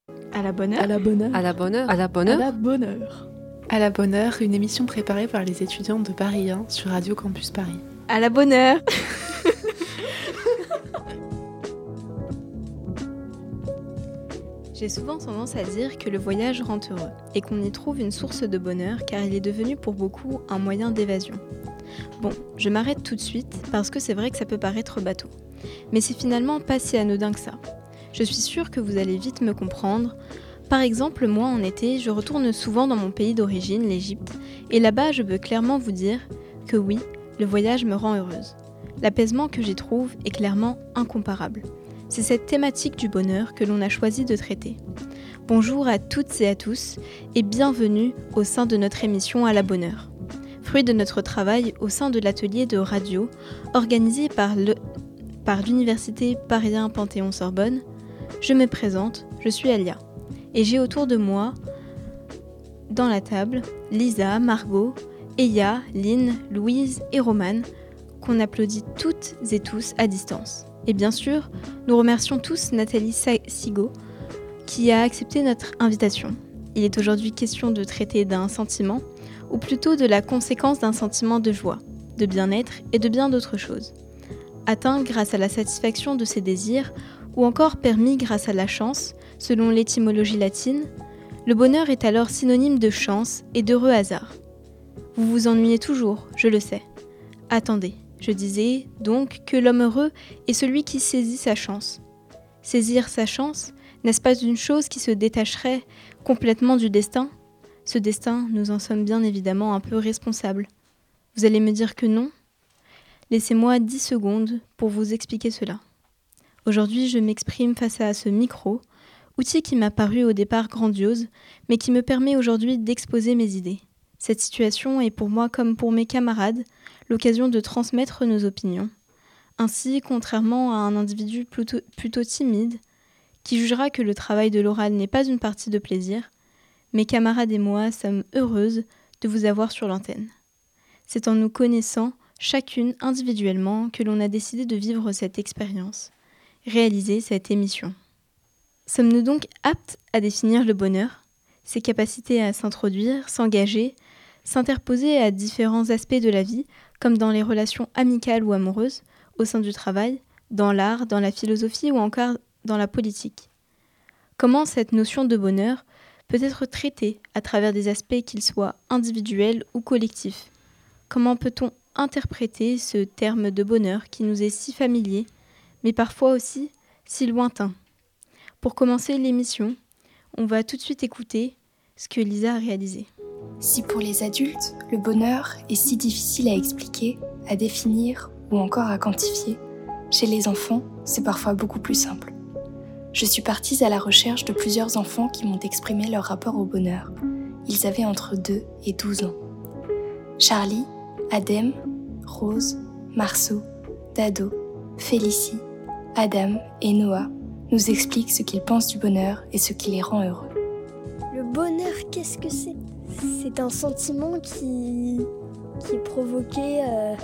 À la bonne heure. À la bonne heure. À la bonne heure. À la bonne heure. À la bonne heure. À la bonne heure, une émission préparée par les étudiants de Paris 1 sur Radio Campus Paris. À la bonne heure. J'ai souvent tendance à dire que le voyage rend heureux et qu'on y trouve une source de bonheur car il est devenu pour beaucoup un moyen d'évasion. Bon, je m'arrête tout de suite parce que c'est vrai que ça peut paraître bateau. Mais c'est finalement pas si anodin que ça. Je suis sûre que vous allez vite me comprendre. Par exemple, moi en été, je retourne souvent dans mon pays d'origine, l'Égypte, et là-bas je peux clairement vous dire que oui, le voyage me rend heureuse. L'apaisement que j'y trouve est clairement incomparable. C'est cette thématique du bonheur que l'on a choisi de traiter. Bonjour à toutes et à tous et bienvenue au sein de notre émission À la bonne heure. Fruit de notre travail au sein de l'atelier de radio organisé par l'Université Paris 1 Panthéon-Sorbonne, je me présente, je suis Alia. Et j'ai autour de moi, dans la table, Lisa, Margot, Eya, Lynn, Louise et Romane, qu'on applaudit toutes et tous à distance. Et bien sûr, nous remercions tous Nathalie Sigaud qui a accepté notre invitation. Il est aujourd'hui question de traiter d'un sentiment, ou plutôt de la conséquence d'un sentiment de joie, de bien-être et de bien d'autres choses. Atteint grâce à la satisfaction de ses désirs, ou encore permis grâce à la chance, selon l'étymologie latine, le bonheur est alors synonyme de chance et d'heureux hasard. Vous vous ennuyez toujours, je le sais. Attendez. Je disais donc que l'homme heureux est celui qui saisit sa chance. Saisir sa chance, n'est-ce pas une chose qui se détacherait complètement du destin ? Ce destin, nous en sommes bien évidemment un peu responsables. Vous allez me dire que non ? Laissez-moi 10 secondes pour vous expliquer cela. Aujourd'hui, je m'exprime face à ce micro, outil qui m'a paru au départ grandiose, mais qui me permet aujourd'hui d'exposer mes idées. Cette situation est pour moi comme pour mes camarades, l'occasion de transmettre nos opinions. Ainsi, contrairement à un individu plutôt timide, qui jugera que le travail de l'oral n'est pas une partie de plaisir, mes camarades et moi sommes heureuses de vous avoir sur l'antenne. C'est en nous connaissant, chacune individuellement, que l'on a décidé de vivre cette expérience, réaliser cette émission. Sommes-nous donc aptes à définir le bonheur, ses capacités à s'introduire, s'engager, s'interposer à différents aspects de la vie, comme dans les relations amicales ou amoureuses, au sein du travail, dans l'art, dans la philosophie ou encore dans la politique. Comment cette notion de bonheur peut être traitée à travers des aspects qu'ils soient individuels ou collectifs ? Comment peut-on interpréter ce terme de bonheur qui nous est si familier, mais parfois aussi si lointain ? Pour commencer l'émission, on va tout de suite écouter ce que Lisa a réalisé. Si pour les adultes, le bonheur est si difficile à expliquer, à définir ou encore à quantifier, chez les enfants, c'est parfois beaucoup plus simple. Je suis partie à la recherche de plusieurs enfants qui m'ont exprimé leur rapport au bonheur. Ils avaient entre 2 et 12 ans. Charlie, Adem, Rose, Marceau, Dado, Félicie, Adam et Noah nous expliquent ce qu'ils pensent du bonheur et ce qui les rend heureux. Le bonheur, qu'est-ce que c'est ? C'est un sentiment qui est provoqué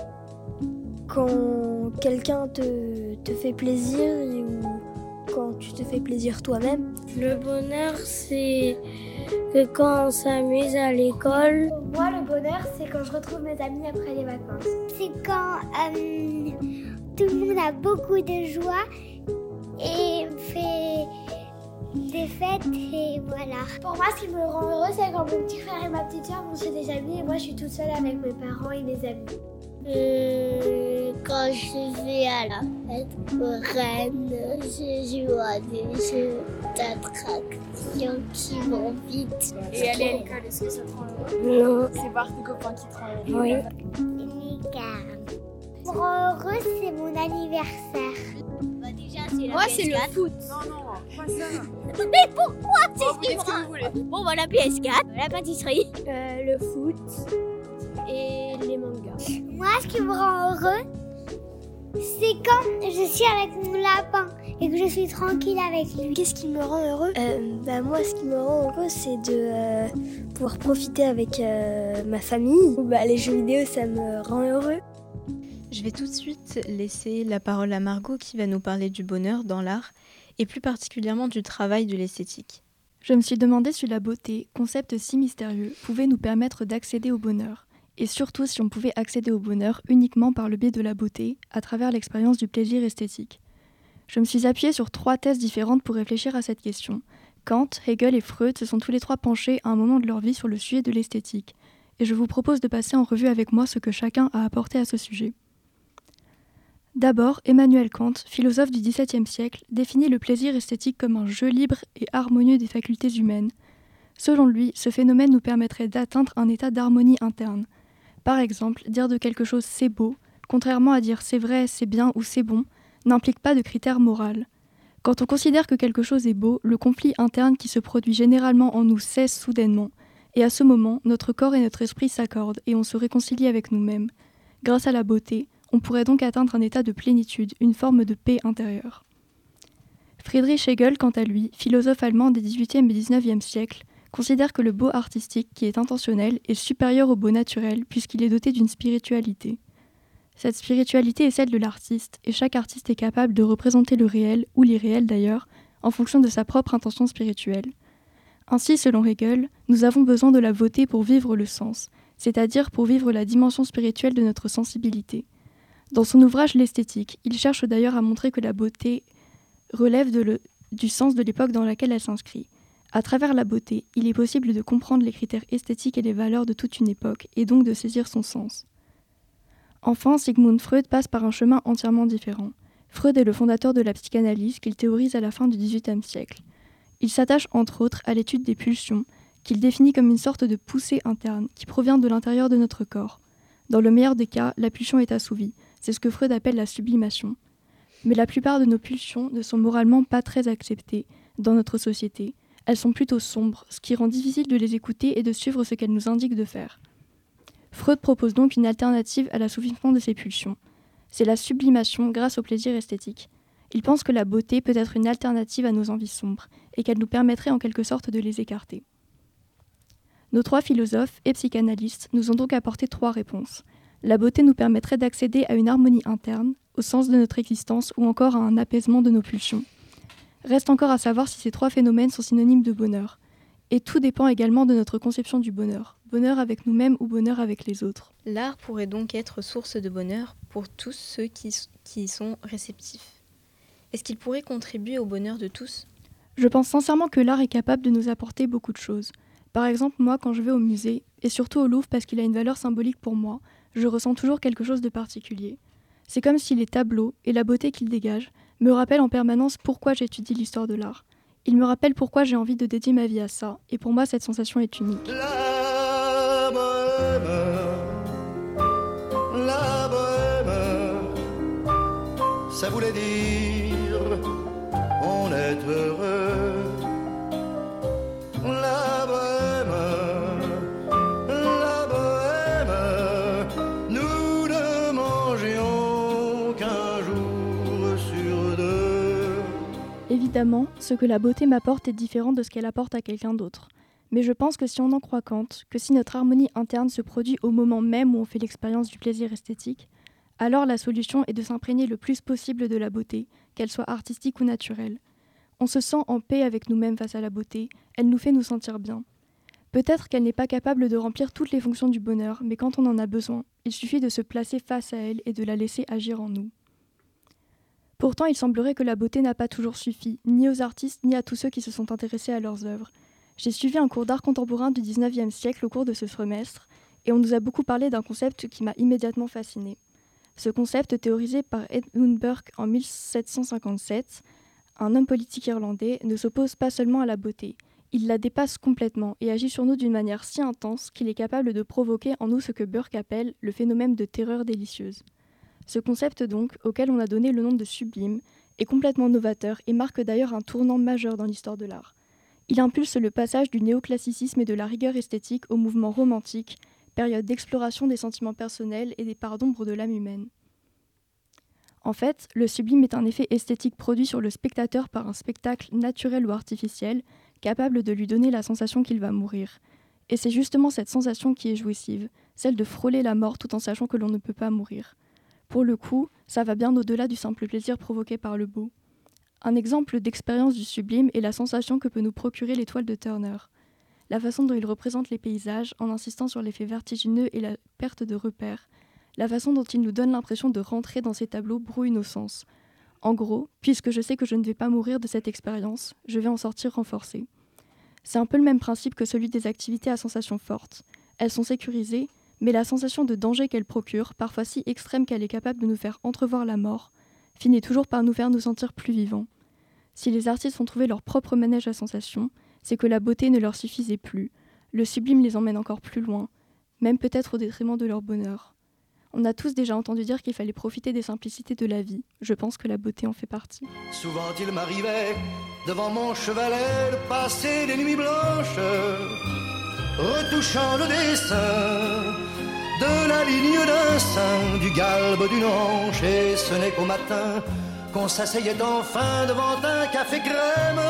quand quelqu'un te fait plaisir ou quand tu te fais plaisir toi-même. Le bonheur, c'est que quand on s'amuse à l'école. Pour moi, le bonheur, c'est quand je retrouve mes amis après les vacances. C'est quand tout le monde a beaucoup de joie et fait des fêtes et voilà. Pour moi, ce qui me rend heureuse, c'est quand mon petit frère et ma petite soeur vont chez des amis et moi, je suis toute seule avec mes parents et mes amis. Quand je vais à la fête aux Rennes, je joue à des jeux d'attraction qui vont vite. Et aller à l'école, est-ce que ça te rend heureux ? Non. C'est voir tes copains qui te rendent heureux. Oui. Ce qui me rend heureuse, c'est mon anniversaire. Moi, c'est le foot. Non, pas ça. Mais pourquoi c'est ce qui me rend... Bon, voilà, PS4, la pâtisserie. Le foot et les mangas. Moi, ce qui me rend heureux, c'est quand je suis avec mon lapin et que je suis tranquille avec lui. Qu'est-ce qui me rend heureux ? Moi, ce qui me rend heureux, c'est de pouvoir profiter avec ma famille. Les jeux vidéo, ça me rend heureux. Je vais tout de suite laisser la parole à Margot qui va nous parler du bonheur dans l'art et plus particulièrement du travail de l'esthétique. Je me suis demandé si la beauté, concept si mystérieux, pouvait nous permettre d'accéder au bonheur, et surtout si on pouvait accéder au bonheur uniquement par le biais de la beauté, à travers l'expérience du plaisir esthétique. Je me suis appuyée sur 3 thèses différentes pour réfléchir à cette question. Kant, Hegel et Freud se sont tous les 3 penchés à un moment de leur vie sur le sujet de l'esthétique, et je vous propose de passer en revue avec moi ce que chacun a apporté à ce sujet. D'abord, Emmanuel Kant, philosophe du XVIIe siècle, définit le plaisir esthétique comme un jeu libre et harmonieux des facultés humaines. Selon lui, ce phénomène nous permettrait d'atteindre un état d'harmonie interne. Par exemple, dire de quelque chose « c'est beau », contrairement à dire « c'est vrai, c'est bien » ou « c'est bon », n'implique pas de critère moral. Quand on considère que quelque chose est beau, le conflit interne qui se produit généralement en nous cesse soudainement, et à ce moment, notre corps et notre esprit s'accordent et on se réconcilie avec nous-mêmes. Grâce à la beauté, on pourrait donc atteindre un état de plénitude, une forme de paix intérieure. Friedrich Hegel, quant à lui, philosophe allemand des XVIIIe et XIXe siècles, considère que le beau artistique, qui est intentionnel, est supérieur au beau naturel puisqu'il est doté d'une spiritualité. Cette spiritualité est celle de l'artiste, et chaque artiste est capable de représenter le réel, ou l'irréel d'ailleurs, en fonction de sa propre intention spirituelle. Ainsi, selon Hegel, nous avons besoin de la beauté pour vivre le sens, c'est-à-dire pour vivre la dimension spirituelle de notre sensibilité. Dans son ouvrage L'esthétique, il cherche d'ailleurs à montrer que la beauté relève du sens de l'époque dans laquelle elle s'inscrit. À travers la beauté, il est possible de comprendre les critères esthétiques et les valeurs de toute une époque, et donc de saisir son sens. Enfin, Sigmund Freud passe par un chemin entièrement différent. Freud est le fondateur de la psychanalyse qu'il théorise à la fin du XVIIIe siècle. Il s'attache entre autres à l'étude des pulsions, qu'il définit comme une sorte de poussée interne qui provient de l'intérieur de notre corps. Dans le meilleur des cas, la pulsion est assouvie. C'est ce que Freud appelle la sublimation. Mais la plupart de nos pulsions ne sont moralement pas très acceptées dans notre société. Elles sont plutôt sombres, ce qui rend difficile de les écouter et de suivre ce qu'elles nous indiquent de faire. Freud propose donc une alternative à l'assouvissement de ces pulsions. C'est la sublimation grâce au plaisir esthétique. Il pense que la beauté peut être une alternative à nos envies sombres et qu'elle nous permettrait en quelque sorte de les écarter. Nos 3 philosophes et psychanalystes nous ont donc apporté 3 réponses. La beauté nous permettrait d'accéder à une harmonie interne, au sens de notre existence ou encore à un apaisement de nos pulsions. Reste encore à savoir si ces 3 phénomènes sont synonymes de bonheur. Et tout dépend également de notre conception du bonheur. Bonheur avec nous-mêmes ou bonheur avec les autres. L'art pourrait donc être source de bonheur pour tous ceux qui y sont réceptifs. Est-ce qu'il pourrait contribuer au bonheur de tous ? Je pense sincèrement que l'art est capable de nous apporter beaucoup de choses. Par exemple, moi, quand je vais au musée, et surtout au Louvre parce qu'il a une valeur symbolique pour moi, je ressens toujours quelque chose de particulier. C'est comme si les tableaux et la beauté qu'ils dégagent me rappellent en permanence pourquoi j'étudie l'histoire de l'art. Ils me rappellent pourquoi j'ai envie de dédier ma vie à ça, et pour moi cette sensation est unique. La bohème, ça voulait dire on est heureux. La bohème, nous ne mangions qu'un jour sur 2. Évidemment, ce que la beauté m'apporte est différent de ce qu'elle apporte à quelqu'un d'autre. Mais je pense que si on en croit Kant, que si notre harmonie interne se produit au moment même où on fait l'expérience du plaisir esthétique, alors la solution est de s'imprégner le plus possible de la beauté, qu'elle soit artistique ou naturelle. On se sent en paix avec nous-mêmes face à la beauté, elle nous fait nous sentir bien. Peut-être qu'elle n'est pas capable de remplir toutes les fonctions du bonheur, mais quand on en a besoin, il suffit de se placer face à elle et de la laisser agir en nous. Pourtant, il semblerait que la beauté n'a pas toujours suffi, ni aux artistes ni à tous ceux qui se sont intéressés à leurs œuvres. J'ai suivi un cours d'art contemporain du XIXe siècle au cours de ce semestre, et on nous a beaucoup parlé d'un concept qui m'a immédiatement fascinée. Ce concept, théorisé par Edmund Burke en 1757, un homme politique irlandais, ne s'oppose pas seulement à la beauté. Il la dépasse complètement et agit sur nous d'une manière si intense qu'il est capable de provoquer en nous ce que Burke appelle le phénomène de terreur délicieuse. Ce concept donc, auquel on a donné le nom de sublime, est complètement novateur et marque d'ailleurs un tournant majeur dans l'histoire de l'art. Il impulse le passage du néoclassicisme et de la rigueur esthétique au mouvement romantique, période d'exploration des sentiments personnels et des parts d'ombre de l'âme humaine. En fait, le sublime est un effet esthétique produit sur le spectateur par un spectacle naturel ou artificiel, capable de lui donner la sensation qu'il va mourir. Et c'est justement cette sensation qui est jouissive, celle de frôler la mort tout en sachant que l'on ne peut pas mourir. Pour le coup, ça va bien au-delà du simple plaisir provoqué par le beau. Un exemple d'expérience du sublime est la sensation que peut nous procurer l'étoile de Turner. La façon dont il représente les paysages en insistant sur l'effet vertigineux et la perte de repères. La façon dont il nous donne l'impression de rentrer dans ces tableaux brouille nos sens. En gros, puisque je sais que je ne vais pas mourir de cette expérience, je vais en sortir renforcée. C'est un peu le même principe que celui des activités à sensations fortes. Elles sont sécurisées, mais la sensation de danger qu'elles procurent, parfois si extrême qu'elle est capable de nous faire entrevoir la mort, finit toujours par nous faire nous sentir plus vivants. Si les artistes ont trouvé leur propre manège à sensations, c'est que la beauté ne leur suffisait plus. Le sublime les emmène encore plus loin, même peut-être au détriment de leur bonheur. On a tous déjà entendu dire qu'il fallait profiter des simplicités de la vie. Je pense que la beauté en fait partie. Souvent il m'arrivait, devant mon chevalet, de passer des nuits blanches, retouchant le dessin de la ligne d'un sein, du galbe d'une hanche. Et ce n'est qu'au matin qu'on s'asseyait enfin devant un café crème.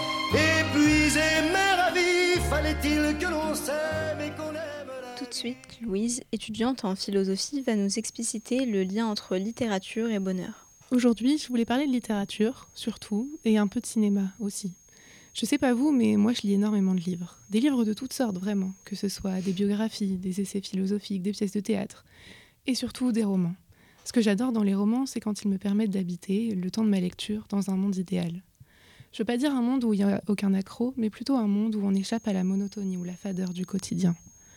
Épuisé mais ravi, fallait-il que l'on s'aime et qu'on aime. Tout de suite, Louise, étudiante en philosophie, va nous expliciter le lien entre littérature et bonheur. Aujourd'hui, je voulais parler de littérature, surtout, et un peu de cinéma aussi. Je sais pas vous, mais moi je lis énormément de livres. Des livres de toutes sortes, vraiment. Que ce soit des biographies, des essais philosophiques, des pièces de théâtre. Et surtout des romans. Ce que j'adore dans les romans, c'est quand ils me permettent d'habiter, le temps de ma lecture, dans un monde idéal. Je veux pas dire un monde où il n'y a aucun accroc, mais plutôt un monde où on échappe à la monotonie ou la fadeur du quotidien.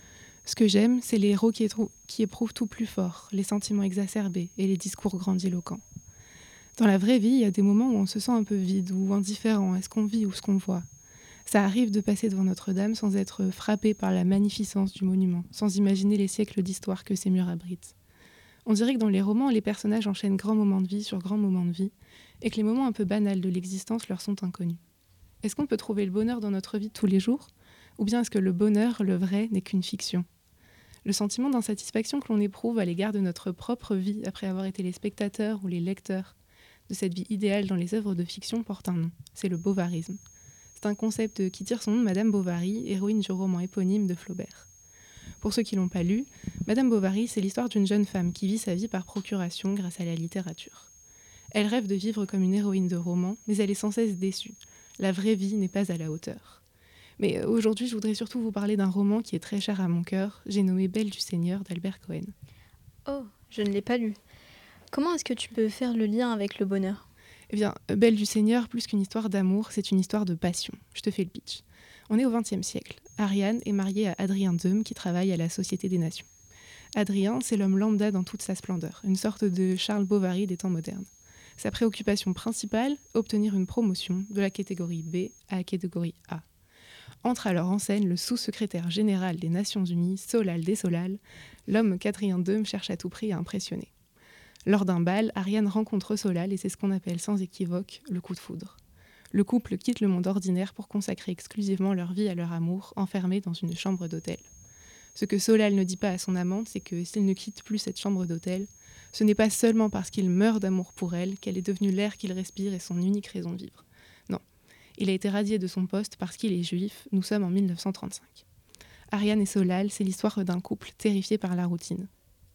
Ce que j'aime, c'est les héros qui éprouvent tout plus fort, les sentiments exacerbés et les discours grandiloquents. Dans la vraie vie, il y a des moments où on se sent un peu vide ou indifférent à ce qu'on vit ou ce qu'on voit. Ça arrive de passer devant Notre-Dame sans être frappé par la magnificence du monument, sans imaginer les siècles d'histoire que ces murs abritent. On dirait que dans les romans, les personnages enchaînent grands moments de vie sur grands moments de vie, et que les moments un peu banals de l'existence leur sont inconnus. Est-ce qu'on peut trouver le bonheur dans notre vie de tous les jours ? Ou bien est-ce que le bonheur, le vrai, n'est qu'une fiction ? Le sentiment d'insatisfaction que l'on éprouve à l'égard de notre propre vie après avoir été les spectateurs ou les lecteurs de cette vie idéale dans les œuvres de fiction porte un nom, c'est le bovarisme. C'est un concept qui tire son nom de Madame Bovary, héroïne du roman éponyme de Flaubert. Pour ceux qui l'ont pas lu, Madame Bovary, c'est l'histoire d'une jeune femme qui vit sa vie par procuration grâce à la littérature. Elle rêve de vivre comme une héroïne de roman, mais elle est sans cesse déçue. La vraie vie n'est pas à la hauteur. Mais aujourd'hui, je voudrais surtout vous parler d'un roman qui est très cher à mon cœur. J'ai nommé Belle du Seigneur d'Albert Cohen. Oh, je ne l'ai pas lu. Comment est-ce que tu peux faire le lien avec le bonheur ? Eh bien, Belle du Seigneur, plus qu'une histoire d'amour, c'est une histoire de passion. Je te fais le pitch. On est au XXe siècle. Ariane est mariée à Adrien Deume, qui travaille à la Société des Nations. Adrien, c'est l'homme lambda dans toute sa splendeur, une sorte de Charles Bovary des temps modernes. Sa préoccupation principale, obtenir une promotion de la catégorie B à la catégorie A. Entre alors en scène le sous-secrétaire général des Nations Unies, Solal des Solal, l'homme qu'Adrien Deume cherche à tout prix à impressionner. Lors d'un bal, Ariane rencontre Solal et c'est ce qu'on appelle sans équivoque le coup de foudre. Le couple quitte le monde ordinaire pour consacrer exclusivement leur vie à leur amour, enfermés dans une chambre d'hôtel. Ce que Solal ne dit pas à son amante, c'est que s'il ne quitte plus cette chambre d'hôtel, ce n'est pas seulement parce qu'il meurt d'amour pour elle qu'elle est devenue l'air qu'il respire et son unique raison de vivre. Non, il a été radié de son poste parce qu'il est juif, nous sommes en 1935. Ariane et Solal, c'est l'histoire d'un couple terrifié par la routine.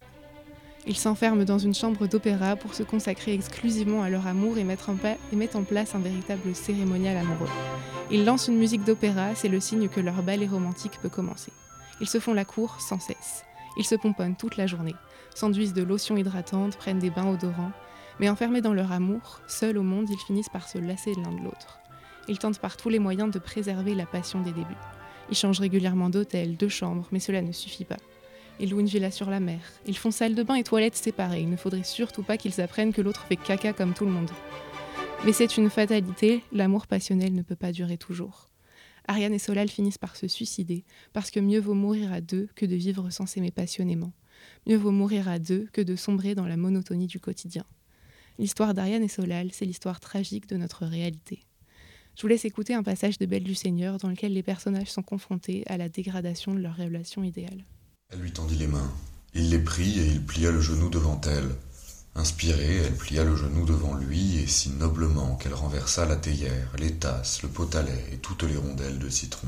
Ils s'enferment dans une chambre d'opéra pour se consacrer exclusivement à leur amour et mettent en place un véritable cérémonial amoureux. Ils lancent une musique d'opéra, c'est le signe que leur ballet romantique peut commencer. Ils se font la cour sans cesse. Ils se pomponnent toute la journée, s'enduisent de lotions hydratantes, prennent des bains odorants, mais enfermés dans leur amour, seuls au monde, ils finissent par se lasser l'un de l'autre. Ils tentent par tous les moyens de préserver la passion des débuts. Ils changent régulièrement d'hôtel, de chambre, mais cela ne suffit pas. Ils louent une villa sur la mer. Ils font salle de bain et toilettes séparées. Il ne faudrait surtout pas qu'ils apprennent que l'autre fait caca comme tout le monde. Mais c'est une fatalité, l'amour passionnel ne peut pas durer toujours. Ariane et Solal finissent par se suicider, parce que mieux vaut mourir à deux que de vivre sans s'aimer passionnément. Mieux vaut mourir à deux que de sombrer dans la monotonie du quotidien. L'histoire d'Ariane et Solal, c'est l'histoire tragique de notre réalité. Je vous laisse écouter un passage de Belle du Seigneur dans lequel les personnages sont confrontés à la dégradation de leur relation idéale. Elle lui tendit les mains. Il les prit et il plia le genou devant elle. Inspirée, elle plia le genou devant lui et si noblement qu'elle renversa la théière, les tasses, le pot à lait et toutes les rondelles de citron.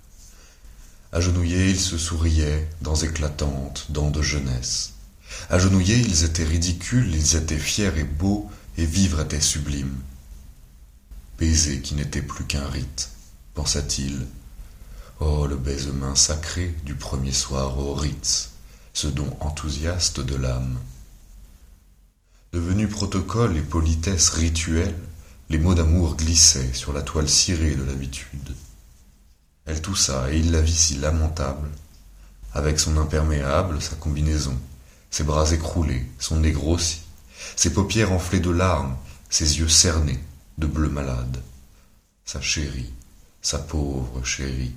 Agenouillés, ils se souriaient, dents éclatantes, dents de jeunesse. Agenouillés, ils étaient ridicules, ils étaient fiers et beaux, et vivre était sublime. baiser qui n'était plus qu'un rite, pensa-t-il. Oh, le baisement sacré du premier soir au Ritz, ce don enthousiaste de l'âme. Devenu protocole et politesse rituelle, les mots d'amour glissaient sur la toile cirée de l'habitude. Elle toussa et il la vit si lamentable, avec son imperméable, sa combinaison, ses bras écroulés, son nez grossi, ses paupières enflées de larmes, ses yeux cernés de bleu malade. Sa chérie, sa pauvre chérie.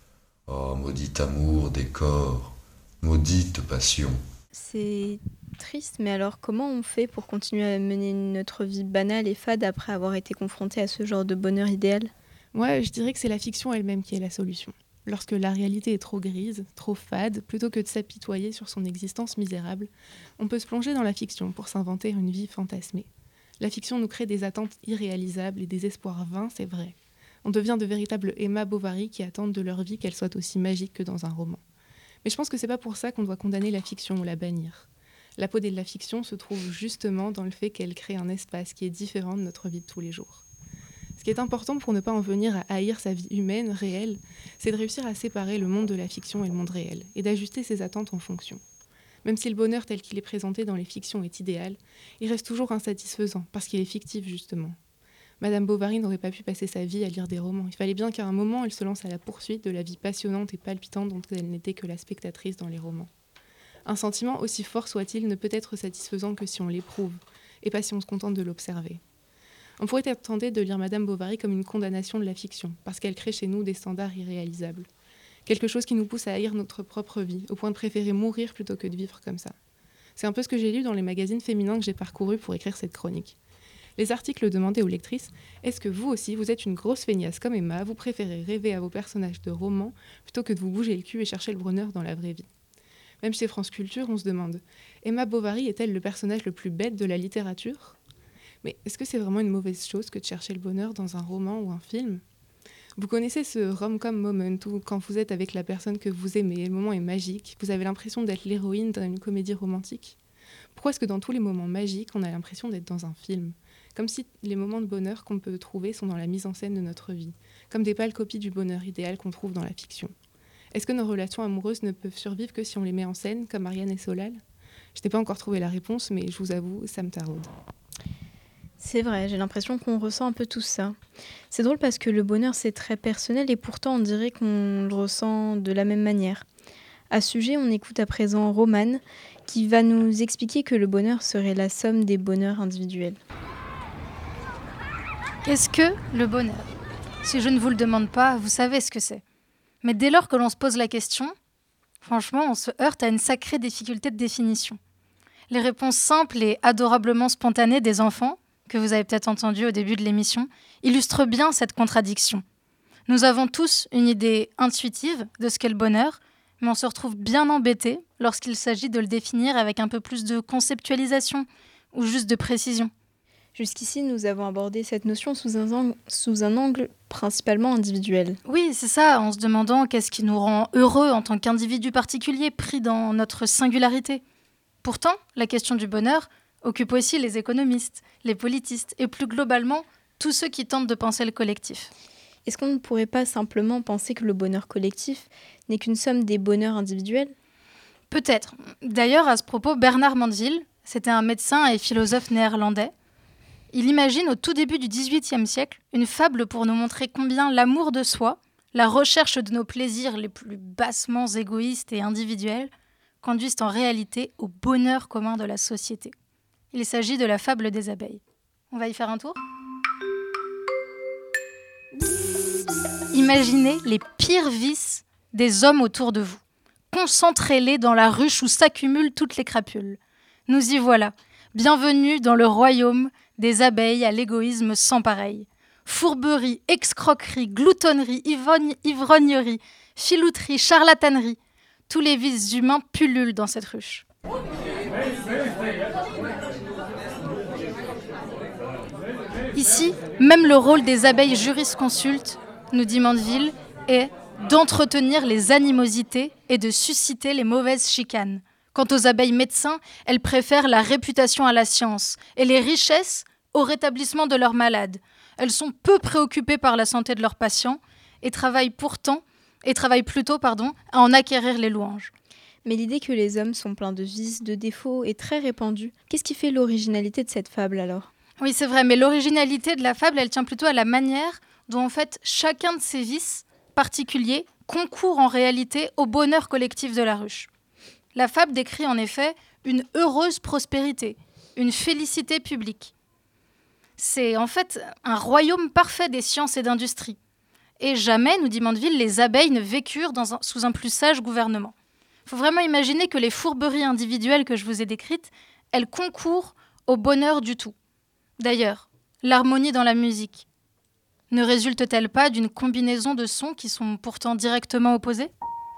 Oh, maudit amour des corps, maudite passion. C'est triste, mais alors comment on fait pour continuer à mener notre vie banale et fade après avoir été confronté à ce genre de bonheur idéal ? Moi, je dirais que c'est la fiction elle-même qui est la solution. Lorsque la réalité est trop grise, trop fade, plutôt que de s'apitoyer sur son existence misérable, on peut se plonger dans la fiction pour s'inventer une vie fantasmée. La fiction nous crée des attentes irréalisables et des espoirs vains, c'est vrai. On devient de véritables Emma Bovary qui attendent de leur vie qu'elle soit aussi magique que dans un roman. Mais je pense que c'est pas pour ça qu'on doit condamner la fiction ou la bannir. La peau de la fiction se trouve justement dans le fait qu'elle crée un espace qui est différent de notre vie de tous les jours. Ce qui est important pour ne pas en venir à haïr sa vie humaine, réelle, c'est de réussir à séparer le monde de la fiction et le monde réel, et d'ajuster ses attentes en fonction. Même si le bonheur tel qu'il est présenté dans les fictions est idéal, il reste toujours insatisfaisant, parce qu'il est fictif justement. Madame Bovary n'aurait pas pu passer sa vie à lire des romans. Il fallait bien qu'à un moment, elle se lance à la poursuite de la vie passionnante et palpitante dont elle n'était que la spectatrice dans les romans. Un sentiment, aussi fort soit-il, ne peut être satisfaisant que si on l'éprouve, et pas si on se contente de l'observer. On pourrait être tenté de lire Madame Bovary comme une condamnation de la fiction, parce qu'elle crée chez nous des standards irréalisables. Quelque chose qui nous pousse à haïr notre propre vie, au point de préférer mourir plutôt que de vivre comme ça. C'est un peu ce que j'ai lu dans les magazines féminins que j'ai parcourus pour écrire cette chronique. Les articles demandaient aux lectrices « Est-ce que vous aussi, vous êtes une grosse feignasse comme Emma, vous préférez rêver à vos personnages de romans plutôt que de vous bouger le cul et chercher le bonheur dans la vraie vie ?» Même chez France Culture, on se demande « Emma Bovary est-elle le personnage le plus bête de la littérature ?» Mais est-ce que c'est vraiment une mauvaise chose que de chercher le bonheur dans un roman ou un film ? Vous connaissez ce rom-com moment où, quand vous êtes avec la personne que vous aimez, le moment est magique, vous avez l'impression d'être l'héroïne d'une comédie romantique ? Pourquoi est-ce que dans tous les moments magiques, on a l'impression d'être dans un film ? Comme si les moments de bonheur qu'on peut trouver sont dans la mise en scène de notre vie, comme des pâles copies du bonheur idéal qu'on trouve dans la fiction. Est-ce que nos relations amoureuses ne peuvent survivre que si on les met en scène, comme Ariane et Solal ? Je n'ai pas encore trouvé la réponse, mais je vous avoue, ça me taraude. C'est vrai, j'ai l'impression qu'on ressent un peu tout ça. C'est drôle parce que le bonheur, c'est très personnel et pourtant on dirait qu'on le ressent de la même manière. À ce sujet, on écoute à présent Romane qui va nous expliquer que le bonheur serait la somme des bonheurs individuels. Qu'est-ce que le bonheur ? Si je ne vous le demande pas, vous savez ce que c'est. Mais dès lors que l'on se pose la question, franchement, on se heurte à une sacrée difficulté de définition. Les réponses simples et adorablement spontanées des enfants, que vous avez peut-être entendues au début de l'émission, illustrent bien cette contradiction. Nous avons tous une idée intuitive de ce qu'est le bonheur, mais on se retrouve bien embêté lorsqu'il s'agit de le définir avec un peu plus de conceptualisation ou juste de précision. Jusqu'ici, nous avons abordé cette notion sous un angle principalement individuel. Oui, c'est ça, en se demandant qu'est-ce qui nous rend heureux en tant qu'individu particulier pris dans notre singularité. Pourtant, la question du bonheur occupe aussi les économistes, les politistes et plus globalement, tous ceux qui tentent de penser le collectif. Est-ce qu'on ne pourrait pas simplement penser que le bonheur collectif n'est qu'une somme des bonheurs individuels ? Peut-être. D'ailleurs, à ce propos, Bernard Mandeville, c'était un médecin et philosophe néerlandais. Il imagine au tout début du XVIIIe siècle une fable pour nous montrer combien l'amour de soi, la recherche de nos plaisirs les plus bassement égoïstes et individuels, conduisent en réalité au bonheur commun de la société. Il s'agit de la fable des abeilles. On va y faire un tour ? Imaginez les pires vices des hommes autour de vous. Concentrez-les dans la ruche où s'accumulent toutes les crapules. Nous y voilà. Bienvenue dans le royaume des abeilles à l'égoïsme sans pareil. Fourberie, escroquerie, gloutonnerie, ivrognerie, filouterie, charlatanerie. Tous les vices humains pullulent dans cette ruche. Ici, même le rôle des abeilles jurisconsultes, nous dit Mandeville, est d'entretenir les animosités et de susciter les mauvaises chicanes. Quant aux abeilles médecins, elles préfèrent la réputation à la science et les richesses au rétablissement de leurs malades. Elles sont peu préoccupées par la santé de leurs patients et travaillent plutôt à en acquérir les louanges. Mais l'idée que les hommes sont pleins de vices, de défauts est très répandue. Qu'est-ce qui fait l'originalité de cette fable alors ? Oui, c'est vrai, mais l'originalité de la fable, elle tient plutôt à la manière dont en fait chacun de ces vices particuliers concourt en réalité au bonheur collectif de la ruche. La fable décrit en effet une heureuse prospérité, une félicité publique. C'est en fait un royaume parfait des sciences et d'industrie. Et jamais, nous dit Mandeville, les abeilles ne vécurent sous un plus sage gouvernement. Il faut vraiment imaginer que les fourberies individuelles que je vous ai décrites, elles concourent au bonheur du tout. D'ailleurs, l'harmonie dans la musique ne résulte-t-elle pas d'une combinaison de sons qui sont pourtant directement opposés ?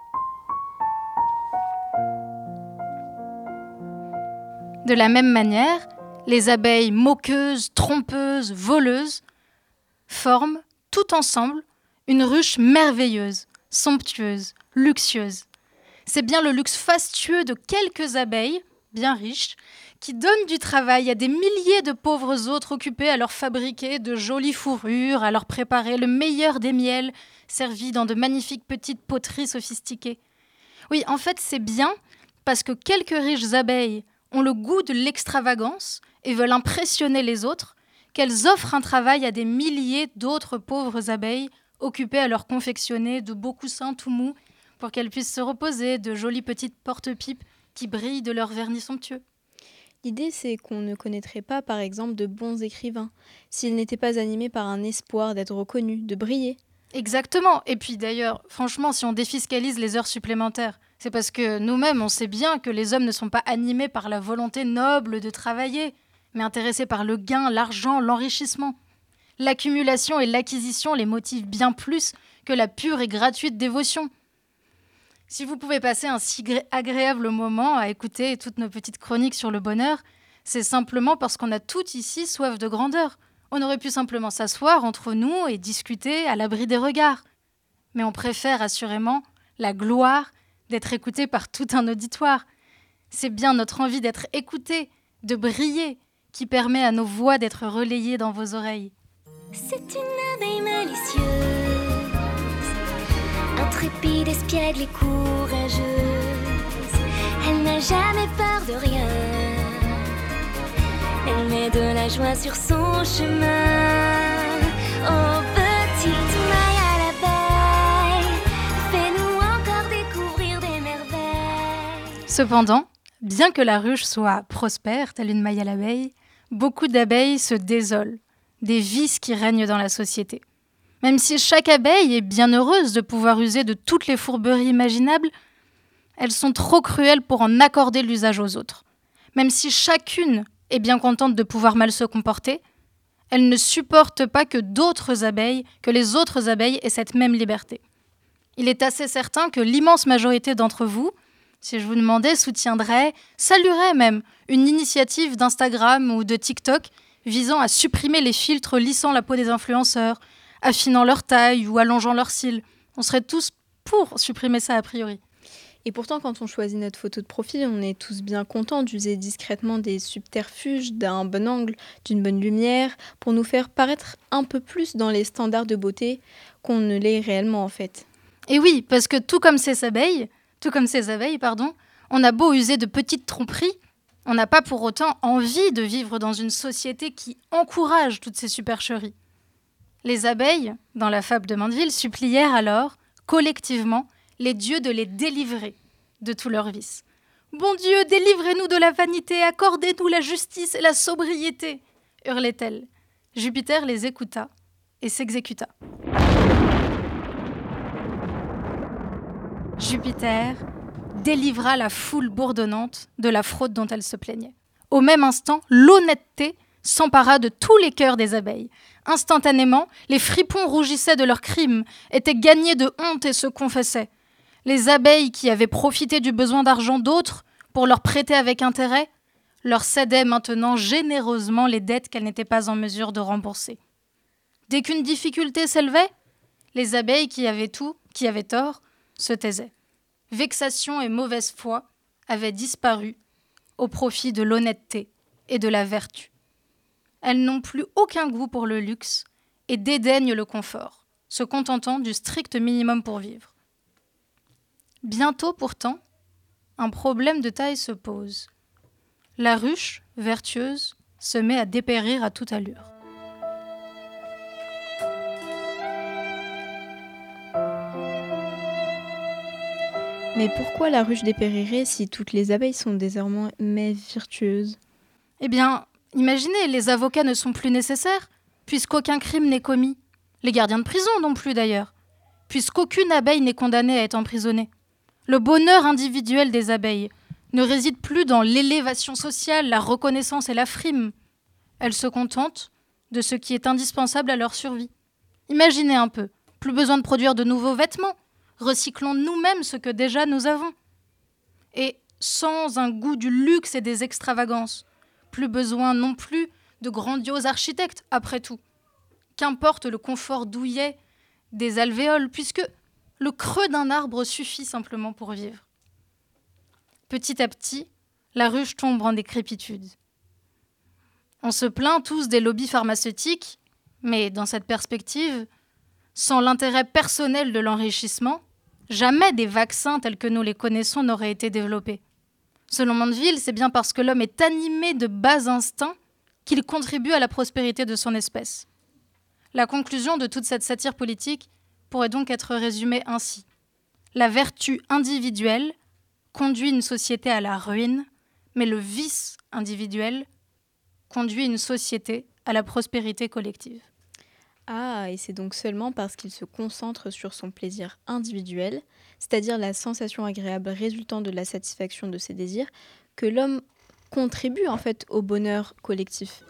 De la même manière, les abeilles moqueuses, trompeuses, voleuses forment, tout ensemble, une ruche merveilleuse, somptueuse, luxueuse. C'est bien le luxe fastueux de quelques abeilles, bien riches, qui donnent du travail à des milliers de pauvres autres occupés à leur fabriquer de jolies fourrures, à leur préparer le meilleur des miels, servis dans de magnifiques petites poteries sophistiquées. Oui, en fait, c'est bien parce que quelques riches abeilles ont le goût de l'extravagance et veulent impressionner les autres, qu'elles offrent un travail à des milliers d'autres pauvres abeilles occupées à leur confectionner de beaux coussins tout mous pour qu'elles puissent se reposer, de jolies petites porte-pipes qui brillent de leur vernis somptueux. L'idée, c'est qu'on ne connaîtrait pas, par exemple, de bons écrivains, s'ils n'étaient pas animés par un espoir d'être reconnus, de briller. Exactement. Et puis d'ailleurs, franchement, si on défiscalise les heures supplémentaires, c'est parce que nous-mêmes, on sait bien que les hommes ne sont pas animés par la volonté noble de travailler, mais intéressés par le gain, l'argent, l'enrichissement. L'accumulation et l'acquisition les motivent bien plus que la pure et gratuite dévotion. Si vous pouvez passer un si agréable moment à écouter toutes nos petites chroniques sur le bonheur, c'est simplement parce qu'on a toutes ici soif de grandeur. On aurait pu simplement s'asseoir entre nous et discuter à l'abri des regards. Mais on préfère assurément la gloire d'être écouté par tout un auditoire. C'est bien notre envie d'être écouté, de briller, qui permet à nos voix d'être relayées dans vos oreilles. C'est une abeille malicieuse, intrépide, espiègle et courageuse. Elle n'a jamais peur de rien. Elle met de la joie sur son chemin. Oh, petite maille à l'abeille, fais-nous encore découvrir des merveilles. Cependant, bien que la ruche soit prospère, telle une maille à l'abeille, beaucoup d'abeilles se désolent des vices qui règnent dans la société. Même si chaque abeille est bien heureuse de pouvoir user de toutes les fourberies imaginables, elles sont trop cruelles pour en accorder l'usage aux autres. Même si chacune est bien contente de pouvoir mal se comporter, elles ne supportent pas que les autres abeilles aient cette même liberté. Il est assez certain que l'immense majorité d'entre vous, si je vous demandais, soutiendrait, saluerait même une initiative d'Instagram ou de TikTok visant à supprimer les filtres lissant la peau des influenceurs, affinant leur taille ou allongeant leurs cils. On serait tous pour supprimer ça a priori. Et pourtant, quand on choisit notre photo de profil, on est tous bien contents d'user discrètement des subterfuges, d'un bon angle, d'une bonne lumière, pour nous faire paraître un peu plus dans les standards de beauté qu'on ne l'est réellement en fait. Et oui, parce que tout comme ces abeilles, on a beau user de petites tromperies, on n'a pas pour autant envie de vivre dans une société qui encourage toutes ces supercheries. Les abeilles, dans la fable de Mandeville, supplièrent alors, collectivement, les dieux de les délivrer de tous leurs vices. « Bon Dieu, délivrez-nous de la vanité, accordez-nous la justice et la sobriété !» hurlait-elle. Jupiter les écouta et s'exécuta. Jupiter délivra la foule bourdonnante de la fraude dont elle se plaignait. Au même instant, l'honnêteté s'empara de tous les cœurs des abeilles. Instantanément, les fripons rougissaient de leurs crimes, étaient gagnés de honte et se confessaient. Les abeilles qui avaient profité du besoin d'argent d'autres pour leur prêter avec intérêt, leur cédaient maintenant généreusement les dettes qu'elles n'étaient pas en mesure de rembourser. Dès qu'une difficulté s'élevait, les abeilles qui avaient tort, se taisaient. Vexation et mauvaise foi avaient disparu au profit de l'honnêteté et de la vertu. Elles n'ont plus aucun goût pour le luxe et dédaignent le confort, se contentant du strict minimum pour vivre. Bientôt pourtant, un problème de taille se pose. La ruche, vertueuse, se met à dépérir à toute allure. Mais pourquoi la ruche dépérirait si toutes les abeilles sont désormais vertueuses ? Eh bien, imaginez, les avocats ne sont plus nécessaires, puisqu'aucun crime n'est commis. Les gardiens de prison non plus d'ailleurs, puisqu'aucune abeille n'est condamnée à être emprisonnée. Le bonheur individuel des abeilles ne réside plus dans l'élévation sociale, la reconnaissance et la frime. Elles se contentent de ce qui est indispensable à leur survie. Imaginez un peu, plus besoin de produire de nouveaux vêtements, recyclons nous-mêmes ce que déjà nous avons. Et sans un goût du luxe et des extravagances, plus besoin non plus de grandioses architectes, après tout. Qu'importe le confort douillet des alvéoles, puisque le creux d'un arbre suffit simplement pour vivre. Petit à petit, la ruche tombe en décrépitude. On se plaint tous des lobbies pharmaceutiques, mais dans cette perspective, sans l'intérêt personnel de l'enrichissement, jamais des vaccins tels que nous les connaissons n'auraient été développés. Selon Mandeville, c'est bien parce que l'homme est animé de bas instincts qu'il contribue à la prospérité de son espèce. La conclusion de toute cette satire politique pourrait donc être résumée ainsi. La vertu individuelle conduit une société à la ruine, mais le vice individuel conduit une société à la prospérité collective. Ah, et c'est donc seulement parce qu'il se concentre sur son plaisir individuel, c'est-à-dire la sensation agréable résultant de la satisfaction de ses désirs, que l'homme contribue en fait au bonheur collectif.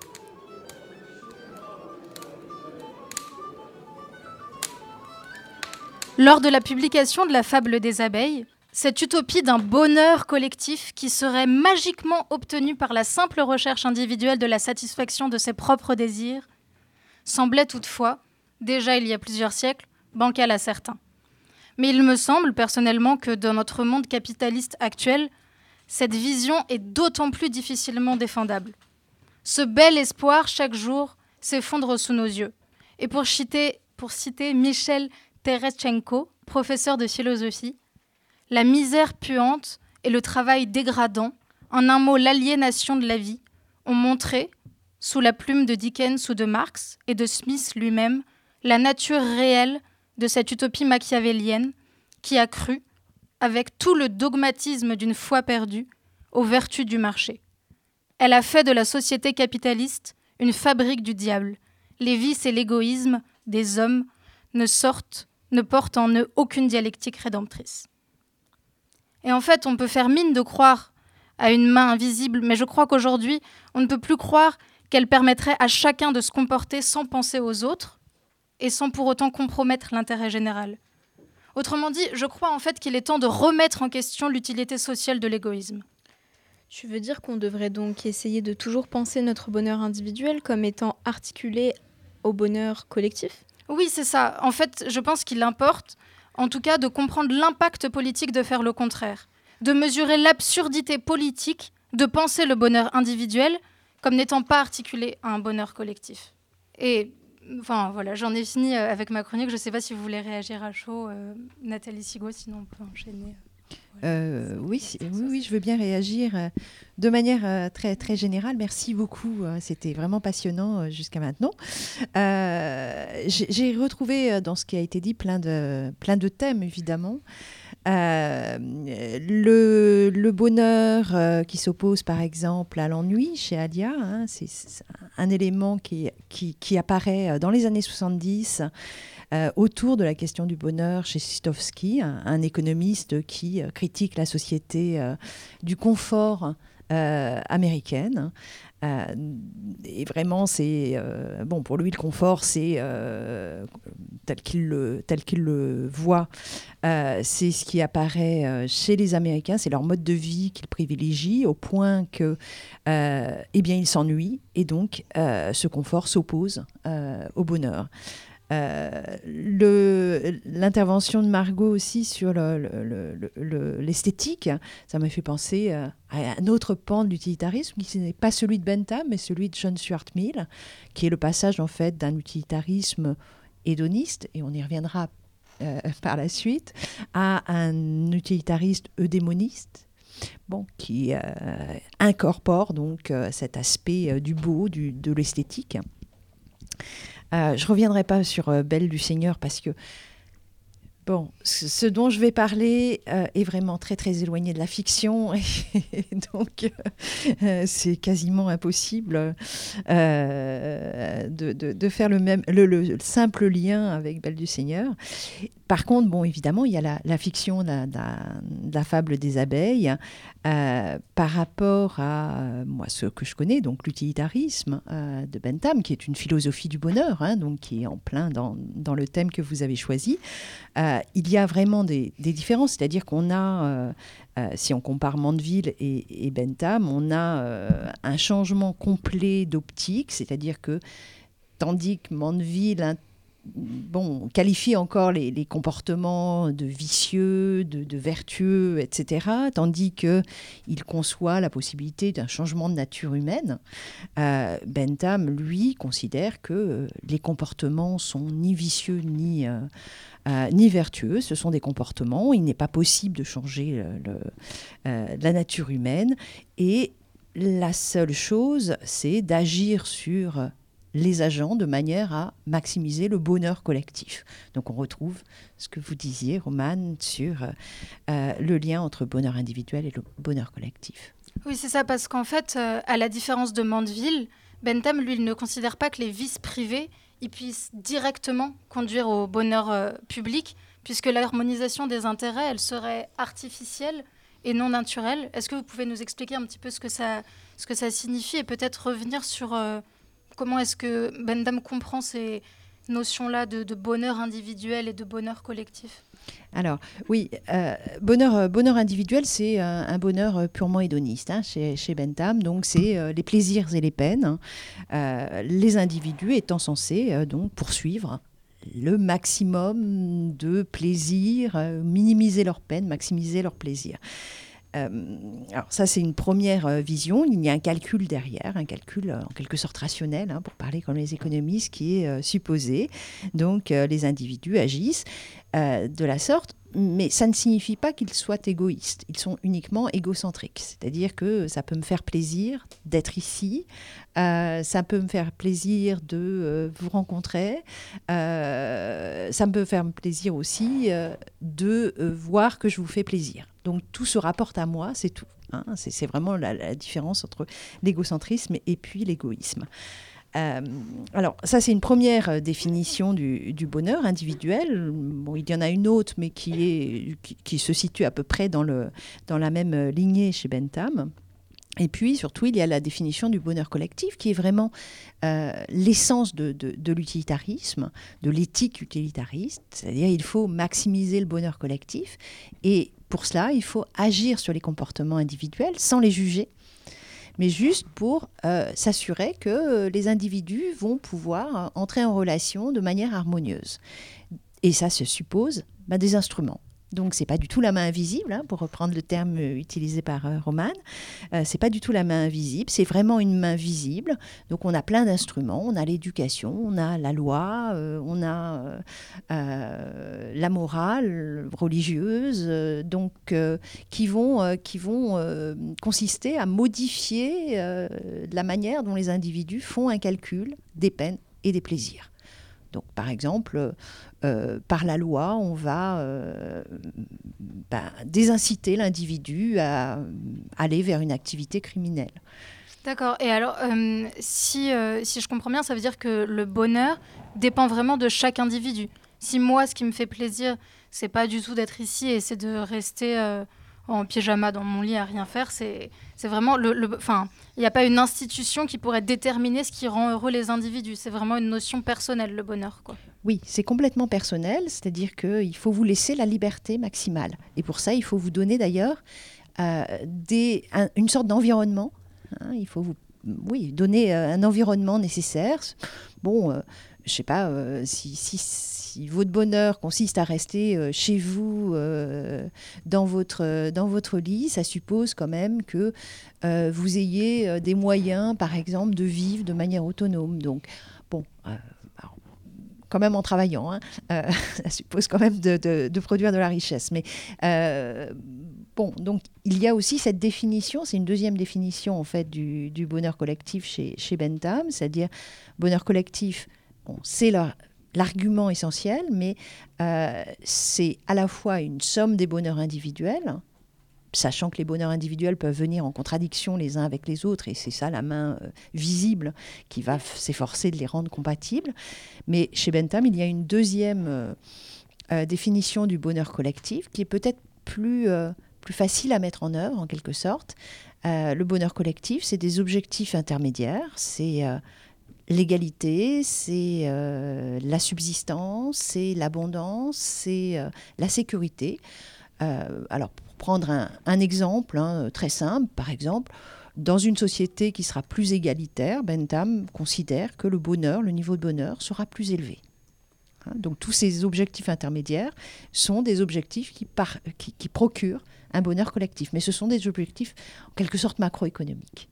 Lors de la publication de la fable des abeilles, cette utopie d'un bonheur collectif qui serait magiquement obtenu par la simple recherche individuelle de la satisfaction de ses propres désirs semblait toutefois, déjà il y a plusieurs siècles, bancale à certains. Mais il me semble personnellement que dans notre monde capitaliste actuel, cette vision est d'autant plus difficilement défendable. Ce bel espoir, chaque jour, s'effondre sous nos yeux. Et pour citer Michel Terestchenko, professeur de philosophie, la misère puante et le travail dégradant, en un mot l'aliénation de la vie, ont montré, sous la plume de Dickens ou de Marx et de Smith lui-même, la nature réelle de cette utopie machiavélienne qui a cru, avec tout le dogmatisme d'une foi perdue, aux vertus du marché. Elle a fait de la société capitaliste une fabrique du diable. Les vices et l'égoïsme des hommes ne portent en eux aucune dialectique rédemptrice. Et en fait, on peut faire mine de croire à une main invisible, mais je crois qu'aujourd'hui, on ne peut plus croire qu'elle permettrait à chacun de se comporter sans penser aux autres et sans pour autant compromettre l'intérêt général. Autrement dit, je crois en fait qu'il est temps de remettre en question l'utilité sociale de l'égoïsme. Tu veux dire qu'on devrait donc essayer de toujours penser notre bonheur individuel comme étant articulé au bonheur collectif ? Oui, c'est ça. En fait, je pense qu'il importe, en tout cas, de comprendre l'impact politique de faire le contraire, de mesurer l'absurdité politique de penser le bonheur individuel comme n'étant pas articulé à un bonheur collectif. Et enfin, voilà, j'en ai fini avec ma chronique. Je ne sais pas si vous voulez réagir à chaud, Nathalie Sigaud, sinon on peut enchaîner. Oui, je veux bien réagir de manière très, très générale. Merci beaucoup, c'était vraiment passionnant jusqu'à maintenant. J'ai retrouvé dans ce qui a été dit plein de thèmes, évidemment. Le bonheur qui s'oppose par exemple à l'ennui chez Alia, hein, c'est un élément qui apparaît dans les années 70 autour de la question du bonheur chez Sitowski, un économiste qui critique la société du confort américaine. Et vraiment, c'est pour lui, le confort, c'est tel qu'il le voit, c'est ce qui apparaît chez les Américains, c'est leur mode de vie qu'ils privilégient au point que, ils s'ennuient et donc ce confort s'oppose au bonheur. L'intervention de Margot aussi sur l'esthétique, ça m'a fait penser à un autre pan de l'utilitarisme qui n'est pas celui de Bentham, mais celui de John Stuart Mill, qui est le passage en fait d'un utilitarisme hédoniste, et on y reviendra par la suite, à un utilitariste eudémoniste, qui incorpore donc cet aspect du beau, de l'esthétique. Je ne reviendrai pas sur Belle du Seigneur parce que ce dont je vais parler est vraiment très très éloigné de la fiction et donc c'est quasiment impossible de faire le simple lien avec Belle du Seigneur. Par contre, évidemment, il y a la fiction de la fable des abeilles par rapport à ce que je connais, donc l'utilitarisme de Bentham, qui est une philosophie du bonheur, donc qui est en plein dans le thème que vous avez choisi. Il y a vraiment des différences, c'est-à-dire qu'on a, si on compare Mandeville et Bentham, on a un changement complet d'optique, c'est-à-dire que tandis que Mandeville qualifie encore les comportements de vicieux, de vertueux, etc., tandis qu'il conçoit la possibilité d'un changement de nature humaine. Bentham, lui, considère que les comportements sont ni vicieux ni vertueux, ce sont des comportements, il n'est pas possible de changer la nature humaine, et la seule chose, c'est d'agir sur les agents de manière à maximiser le bonheur collectif. Donc on retrouve ce que vous disiez, Romane, sur le lien entre bonheur individuel et le bonheur collectif. Oui, c'est ça, parce qu'en fait, à la différence de Mandeville, Bentham, lui, il ne considère pas que les vices privés ils puissent directement conduire au bonheur public, puisque l'harmonisation des intérêts, elle serait artificielle et non naturelle. Est-ce que vous pouvez nous expliquer un petit peu ce que ça signifie et peut-être revenir sur comment est-ce que Bentham comprend ces notions-là de bonheur individuel et de bonheur collectif ? Alors, oui, bonheur individuel, c'est un bonheur purement hédoniste chez Bentham. Donc, c'est les plaisirs et les peines. Les individus étant censés donc poursuivre le maximum de plaisir, minimiser leurs peines, maximiser leurs plaisirs. Alors ça, c'est une première vision. Il y a un calcul derrière, un calcul en quelque sorte rationnel, pour parler comme les économistes, qui est supposé. Donc les individus agissent de la sorte, mais ça ne signifie pas qu'ils soient égoïstes. Ils sont uniquement égocentriques. C'est-à-dire que ça peut me faire plaisir d'être ici, ça peut me faire plaisir de vous rencontrer, ça me peut faire plaisir aussi de voir que je vous fais plaisir. Donc tout se rapporte à moi, c'est tout. C'est vraiment la différence entre l'égocentrisme et puis l'égoïsme. Alors ça, c'est une première définition du bonheur individuel. Il y en a une autre, mais qui se situe à peu près dans la même lignée chez Bentham. Et puis, surtout, il y a la définition du bonheur collectif, qui est vraiment l'essence de l'utilitarisme, de l'éthique utilitariste. C'est-à-dire il faut maximiser le bonheur collectif. Et pour cela, il faut agir sur les comportements individuels sans les juger, mais juste pour s'assurer que les individus vont pouvoir entrer en relation de manière harmonieuse. Et ça se suppose des instruments. Donc, ce n'est pas du tout la main invisible, pour reprendre le terme utilisé par Romane. Ce n'est pas du tout la main invisible, c'est vraiment une main visible. Donc, on a plein d'instruments. On a l'éducation, on a la loi, on a la morale religieuse, qui vont consister à modifier la manière dont les individus font un calcul des peines et des plaisirs. Donc, par exemple, par la loi, on va désinciter l'individu à aller vers une activité criminelle. D'accord. Et alors, si je comprends bien, ça veut dire que le bonheur dépend vraiment de chaque individu. Si moi, ce qui me fait plaisir, c'est pas du tout d'être ici et c'est de rester en pyjama dans mon lit à rien faire, c'est vraiment il n'y a pas une institution qui pourrait déterminer ce qui rend heureux les individus. C'est vraiment une notion personnelle, le bonheur, quoi. Oui, c'est complètement personnel, c'est-à-dire qu'il faut vous laisser la liberté maximale. Et pour ça, il faut vous donner d'ailleurs une sorte d'environnement. Il faut vous donner un environnement nécessaire. je sais pas, si votre bonheur consiste à rester chez vous dans votre lit, ça suppose quand même que vous ayez des moyens, par exemple, de vivre de manière autonome. Donc, bon, alors, quand même en travaillant, hein, ça suppose quand même de produire de la richesse. Mais bon, donc il y a aussi cette définition, c'est une deuxième définition en fait du bonheur collectif chez Bentham, c'est-à-dire bonheur collectif, bon, c'est l'argument essentiel, mais c'est à la fois une somme des bonheurs individuels, sachant que les bonheurs individuels peuvent venir en contradiction les uns avec les autres, et c'est ça la main visible qui va s'efforcer de les rendre compatibles. Mais chez Bentham, il y a une deuxième définition du bonheur collectif qui est peut-être plus facile à mettre en œuvre, en quelque sorte. Le bonheur collectif, c'est des objectifs intermédiaires, c'est l'égalité, c'est la subsistance, c'est l'abondance, c'est la sécurité. Alors, pour prendre un exemple très simple, par exemple, dans une société qui sera plus égalitaire, Bentham considère que le niveau de bonheur sera plus élevé. Donc tous ces objectifs intermédiaires sont des objectifs qui procurent un bonheur collectif, mais ce sont des objectifs en quelque sorte macroéconomiques.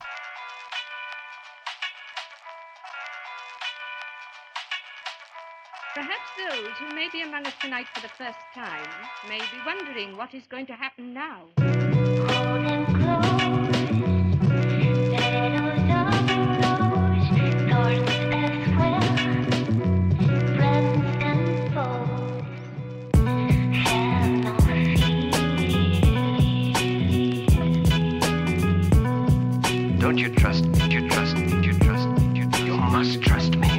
Perhaps those who may be among us tonight for the first time may be wondering what is going to happen now. Hold them close, shadows of the rose, thorns as well, friends and foes, have no fear. Don't you trust me? You must trust me.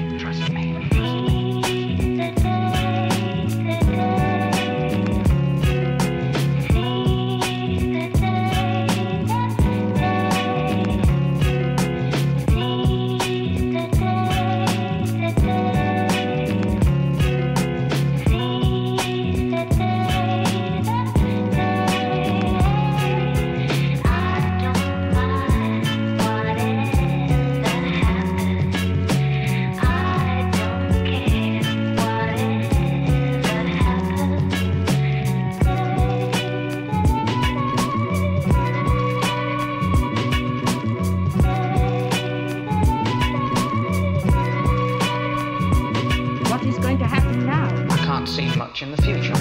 In the future.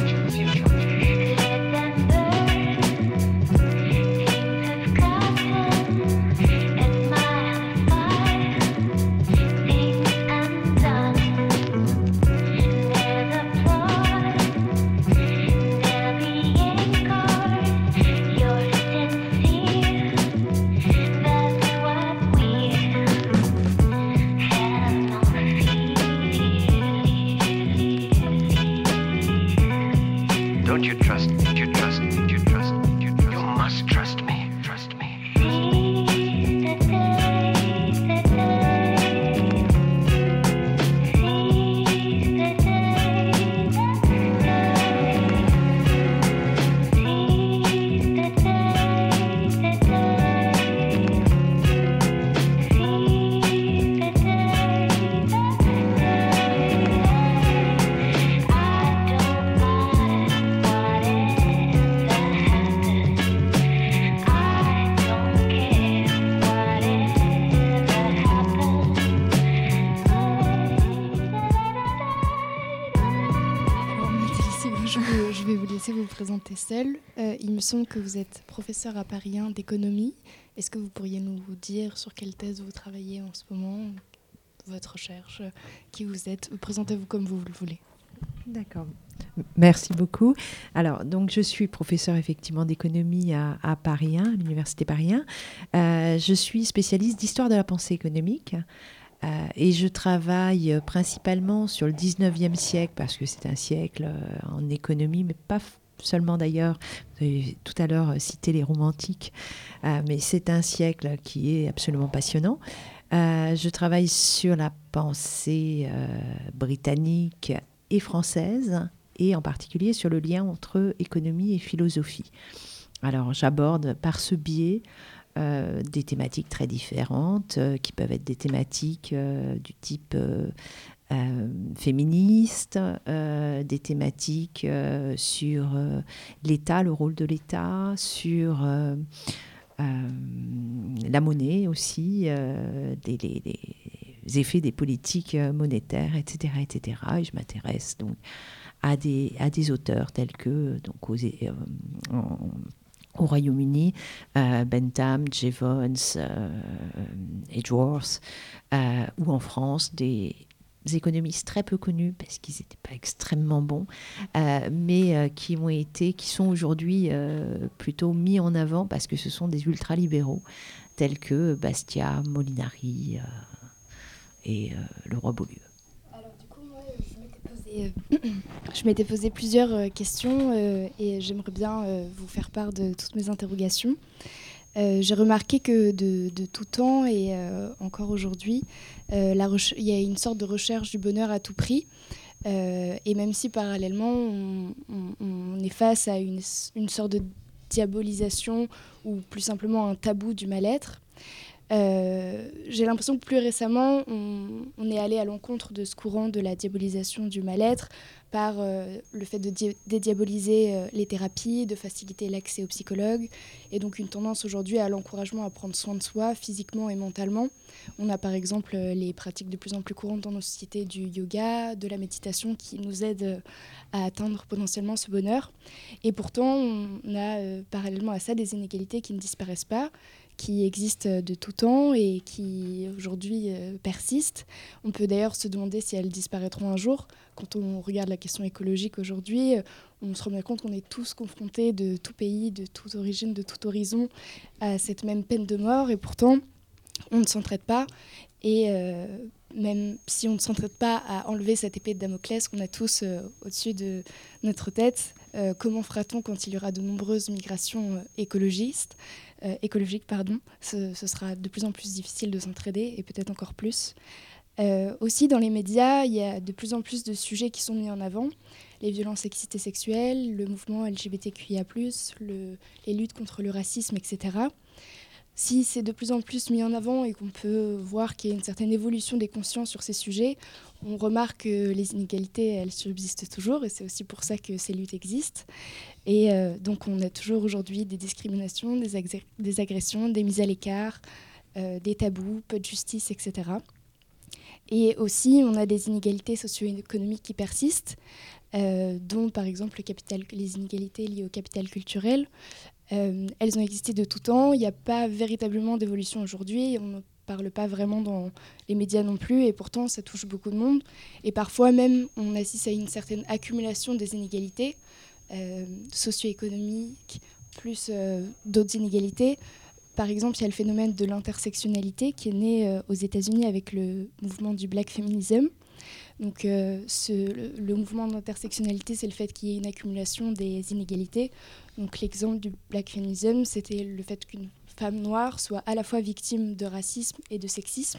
Don't you trust me? You must trust me. Vous présenter seul. Il me semble que vous êtes professeur à Paris 1 d'économie. Est-ce que vous pourriez nous dire sur quelle thèse vous travaillez en ce moment, votre recherche, qui vous êtes? Présentez-vous comme vous le voulez. D'accord. Merci beaucoup. Alors, donc, je suis professeure effectivement d'économie à Paris 1, à l'Université Paris 1. Je suis spécialiste d'histoire de la pensée économique. Et je travaille principalement sur le 19e siècle, parce que c'est un siècle en économie, mais pas seulement d'ailleurs. Vous avez tout à l'heure cité les romantiques, mais c'est un siècle qui est absolument passionnant. Je travaille sur la pensée britannique et française, et en particulier sur le lien entre économie et philosophie. Alors j'aborde par ce biais des thématiques très différentes, qui peuvent être des thématiques du type féministes, des thématiques sur l'État, le rôle de l'État, sur la monnaie aussi, les effets des politiques monétaires, etc., etc. Et je m'intéresse donc à des auteurs tels que donc au Royaume-Uni, Bentham, Jevons, Edgeworth, ou en France, des économistes très peu connus parce qu'ils n'étaient pas extrêmement bons, mais qui sont aujourd'hui plutôt mis en avant parce que ce sont des ultralibéraux tels que Bastiat, Molinari et le roi Beaulieu. Alors du coup, moi, je m'étais posé plusieurs questions et j'aimerais bien vous faire part de toutes mes interrogations. J'ai remarqué que de tout temps et encore aujourd'hui, il y a une sorte de recherche du bonheur à tout prix. Et même si parallèlement, on est face à une sorte de diabolisation ou plus simplement un tabou du mal-être, j'ai l'impression que plus récemment, on est allé à l'encontre de ce courant de la diabolisation du mal-être par le fait de dédiaboliser les thérapies, de faciliter l'accès aux psychologues, et donc une tendance aujourd'hui à l'encouragement à prendre soin de soi, physiquement et mentalement. On a par exemple les pratiques de plus en plus courantes dans nos sociétés du yoga, de la méditation qui nous aident à atteindre potentiellement ce bonheur. Et pourtant, on a parallèlement à ça des inégalités qui ne disparaissent pas, qui existent de tout temps et qui aujourd'hui persistent. On peut d'ailleurs se demander si elles disparaîtront un jour. Quand on regarde la question écologique aujourd'hui, on se rend bien compte qu'on est tous confrontés de tout pays, de toute origine, de tout horizon à cette même peine de mort et pourtant on ne s'entraide pas. Et même si on ne s'entraide pas à enlever cette épée de Damoclès qu'on a tous au-dessus de notre tête, comment fera-t-on quand il y aura de nombreuses migrations écologiques, ce sera de plus en plus difficile de s'entraider et peut-être encore plus. Aussi, dans les médias, il y a de plus en plus de sujets qui sont mis en avant. Les violences sexistes et sexuelles, le mouvement LGBTQIA+, les luttes contre le racisme, etc. Si c'est de plus en plus mis en avant et qu'on peut voir qu'il y a une certaine évolution des consciences sur ces sujets, on remarque que les inégalités, elles subsistent toujours et c'est aussi pour ça que ces luttes existent. Et donc on a toujours aujourd'hui des discriminations, des agressions, des mises à l'écart, des tabous, peu de justice, etc. Et aussi on a des inégalités socio-économiques qui persistent, dont par exemple les inégalités liées au capital culturel. Elles ont existé de tout temps, il n'y a pas véritablement d'évolution aujourd'hui, on ne parle pas vraiment dans les médias non plus, et pourtant ça touche beaucoup de monde. Et parfois même, on assiste à une certaine accumulation des inégalités socio-économiques, plus d'autres inégalités. Par exemple, il y a le phénomène de l'intersectionnalité qui est né aux États-Unis avec le mouvement du Black Feminism. Donc le mouvement d'intersectionnalité, c'est le fait qu'il y ait une accumulation des inégalités. Donc l'exemple du Black Feminism, c'était le fait qu'une femme noire soit à la fois victime de racisme et de sexisme.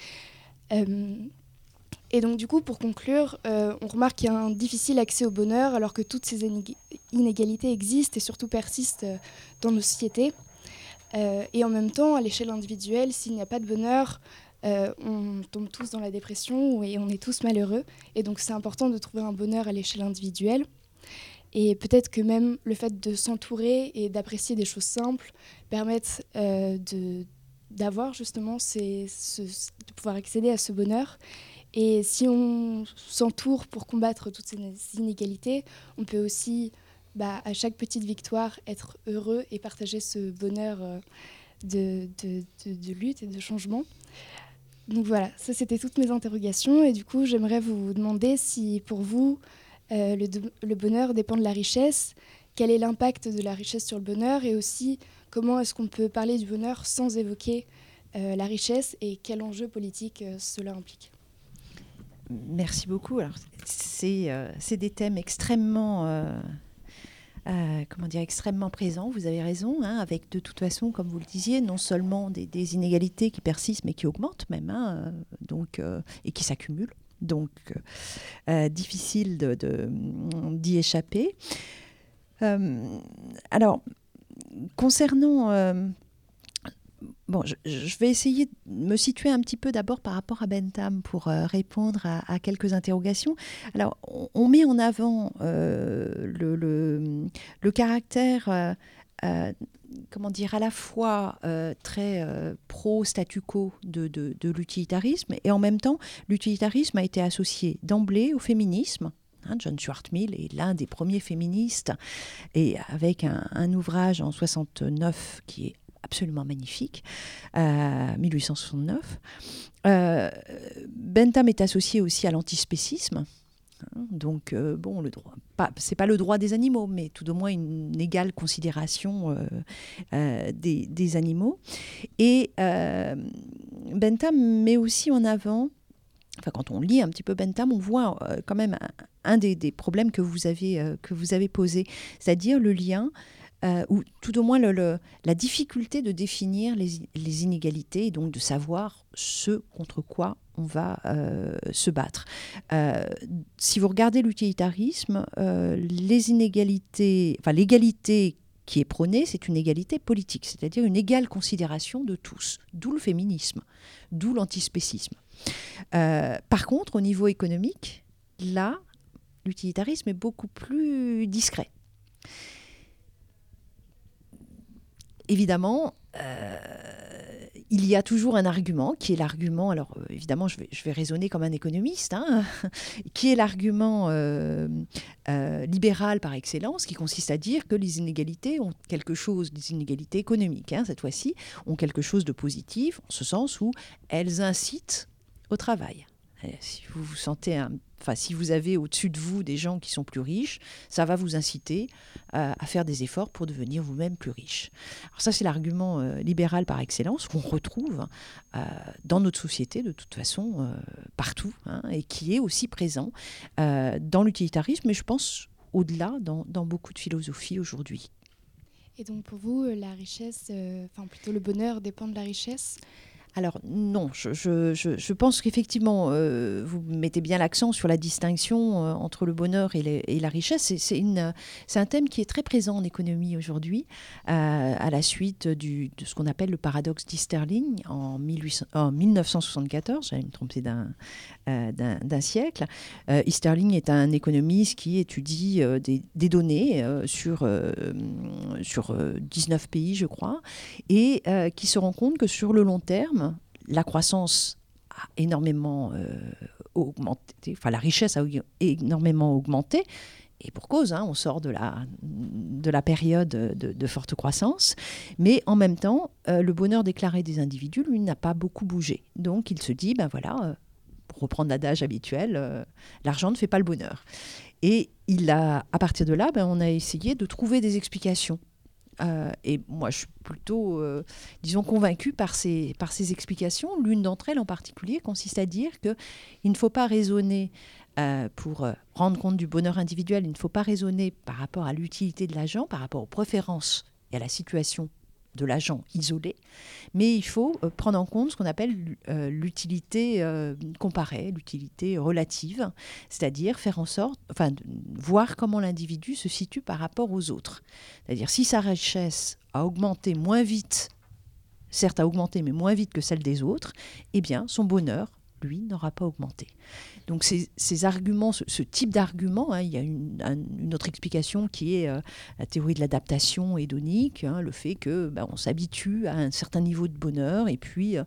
Et donc du coup, pour conclure, on remarque qu'il y a un difficile accès au bonheur alors que toutes ces inégalités existent et surtout persistent dans nos sociétés. Et en même temps, à l'échelle individuelle, s'il n'y a pas de bonheur, on tombe tous dans la dépression et on est tous malheureux. Et donc c'est important de trouver un bonheur à l'échelle individuelle. Et peut-être que même le fait de s'entourer et d'apprécier des choses simples permettent d'avoir justement de pouvoir accéder à ce bonheur. Et si on s'entoure pour combattre toutes ces inégalités, on peut aussi, à chaque petite victoire, être heureux et partager ce bonheur de lutte et de changement. Donc voilà, ça c'était toutes mes interrogations. Et du coup, j'aimerais vous demander si pour vous, le bonheur dépend de la richesse. Quel est l'impact de la richesse sur le bonheur? Et aussi, comment est-ce qu'on peut parler du bonheur sans évoquer la richesse? Et quel enjeu politique cela implique? Merci beaucoup. Alors, c'est des thèmes extrêmement... extrêmement présent, vous avez raison, avec de toute façon, comme vous le disiez, non seulement des inégalités qui persistent, mais qui augmentent même, et qui s'accumulent. Donc, difficile d'y échapper. Alors, concernant Bon, je vais essayer de me situer un petit peu d'abord par rapport à Bentham pour répondre à quelques interrogations. Alors, on met en avant le caractère, comment dire, à la fois très pro-statu quo de l'utilitarisme, et en même temps, l'utilitarisme a été associé d'emblée au féminisme. John Stuart Mill est l'un des premiers féministes, et avec un ouvrage en 69 qui est absolument magnifique, 1869. Bentham est associé aussi à l'antispécisme. Donc, bon, c'est pas le droit des animaux, mais tout au moins une égale considération des animaux. Et Bentham met aussi en avant, enfin, quand on lit un petit peu Bentham, on voit quand même un des problèmes que vous avez posé, c'est-à-dire le lien, ou tout au moins la difficulté de définir les inégalités et donc de savoir ce contre quoi on va se battre. Si vous regardez l'utilitarisme, les inégalités, enfin l'égalité qui est prônée, c'est une égalité politique, c'est-à-dire une égale considération de tous, d'où le féminisme, d'où l'antispécisme. Par contre, au niveau économique, là, l'utilitarisme est beaucoup plus discret. Évidemment, il y a toujours un argument qui est l'argument, alors évidemment je vais raisonner comme un économiste, qui est l'argument libéral par excellence, qui consiste à dire que les inégalités ont quelque chose, les inégalités économiques, cette fois-ci, ont quelque chose de positif, en ce sens où elles incitent au travail. Si vous vous sentez si vous avez au-dessus de vous des gens qui sont plus riches, ça va vous inciter à faire des efforts pour devenir vous-même plus riche. Alors ça, c'est l'argument libéral par excellence qu'on retrouve dans notre société de toute façon partout, et qui est aussi présent dans l'utilitarisme, mais je pense au-delà dans beaucoup de philosophies aujourd'hui. Et donc pour vous, la richesse, plutôt le bonheur dépend de la richesse ? Alors non, je pense qu'effectivement, vous mettez bien l'accent sur la distinction entre le bonheur et la richesse. C'est un thème qui est très présent en économie aujourd'hui, à la suite de ce qu'on appelle le paradoxe d'Easterling en 1974, j'allais me tromper d'un siècle. Easterling est un économiste qui étudie des données sur 19 pays, je crois, et qui se rend compte que sur le long terme, la croissance a énormément augmenté, enfin la richesse a énormément augmenté, et pour cause, on sort de la période de forte croissance, mais en même temps, le bonheur déclaré des individus, lui, n'a pas beaucoup bougé. Donc il se dit, pour reprendre l'adage habituel, l'argent ne fait pas le bonheur. Et à partir de là, on a essayé de trouver des explications. Et moi, je suis plutôt, convaincue par ces explications. L'une d'entre elles en particulier consiste à dire qu'il ne faut pas raisonner, pour rendre compte du bonheur individuel, il ne faut pas raisonner par rapport à l'utilité de l'agent, par rapport aux préférences et à la situation de l'agent isolé, mais il faut prendre en compte ce qu'on appelle l'utilité comparée, l'utilité relative, c'est-à-dire faire en sorte, voir comment l'individu se situe par rapport aux autres. C'est-à-dire si sa richesse a augmenté moins vite, certes a augmenté, mais moins vite que celle des autres, eh bien son bonheur, lui, n'aura pas augmenté. Donc ces arguments, ce type d'argument, il y a une autre explication qui est la théorie de l'adaptation hédonique, le fait que on s'habitue à un certain niveau de bonheur, et puis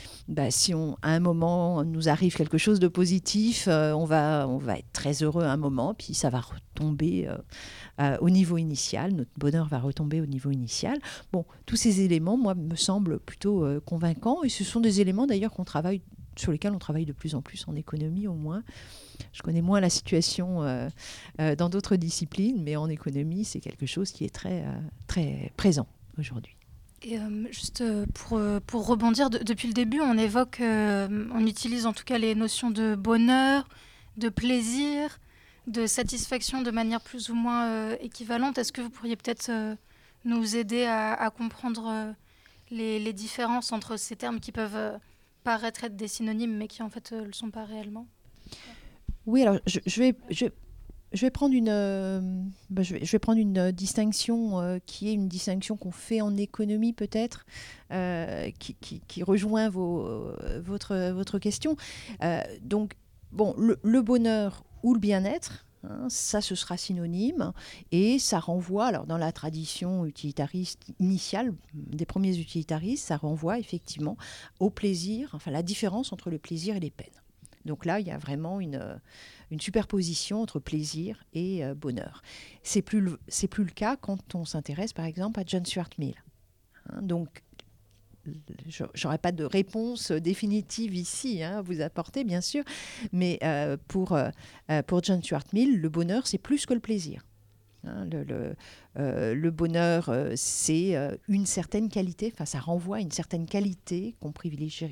si à un moment nous arrive quelque chose de positif, on va être très heureux à un moment, puis ça va retomber au niveau initial, notre bonheur va retomber au niveau initial. Bon, tous ces éléments, moi, me semblent plutôt convaincants, et ce sont des éléments d'ailleurs sur lesquels on travaille de plus en plus en économie, au moins. Je connais moins la situation dans d'autres disciplines, mais en économie, c'est quelque chose qui est très, très présent aujourd'hui. Et juste pour rebondir, depuis le début, on utilise en tout cas les notions de bonheur, de plaisir, de satisfaction de manière plus ou moins équivalente. Est-ce que vous pourriez peut-être nous aider à comprendre les différences entre ces termes qui peuvent paraître être des synonymes, mais qui en fait ne le sont pas réellement ? Oui, alors je vais Je vais prendre une distinction qui est une distinction qu'on fait en économie peut-être, qui rejoint votre question. Donc, bon, le bonheur ou le bien-être, ça, ce sera synonyme, et ça renvoie, alors dans la tradition utilitariste initiale des premiers utilitaristes, ça renvoie effectivement au plaisir, enfin la différence entre le plaisir et les peines. Donc là, il y a vraiment une superposition entre plaisir et bonheur. C'est plus le cas quand on s'intéresse par exemple à John Stuart Mill. Donc, j'aurais pas de réponse définitive ici à vous apporter, bien sûr, mais pour John Stuart Mill, le bonheur, c'est plus que le plaisir. Le bonheur, c'est une certaine qualité, enfin ça renvoie à une certaine qualité qu'on privilégierait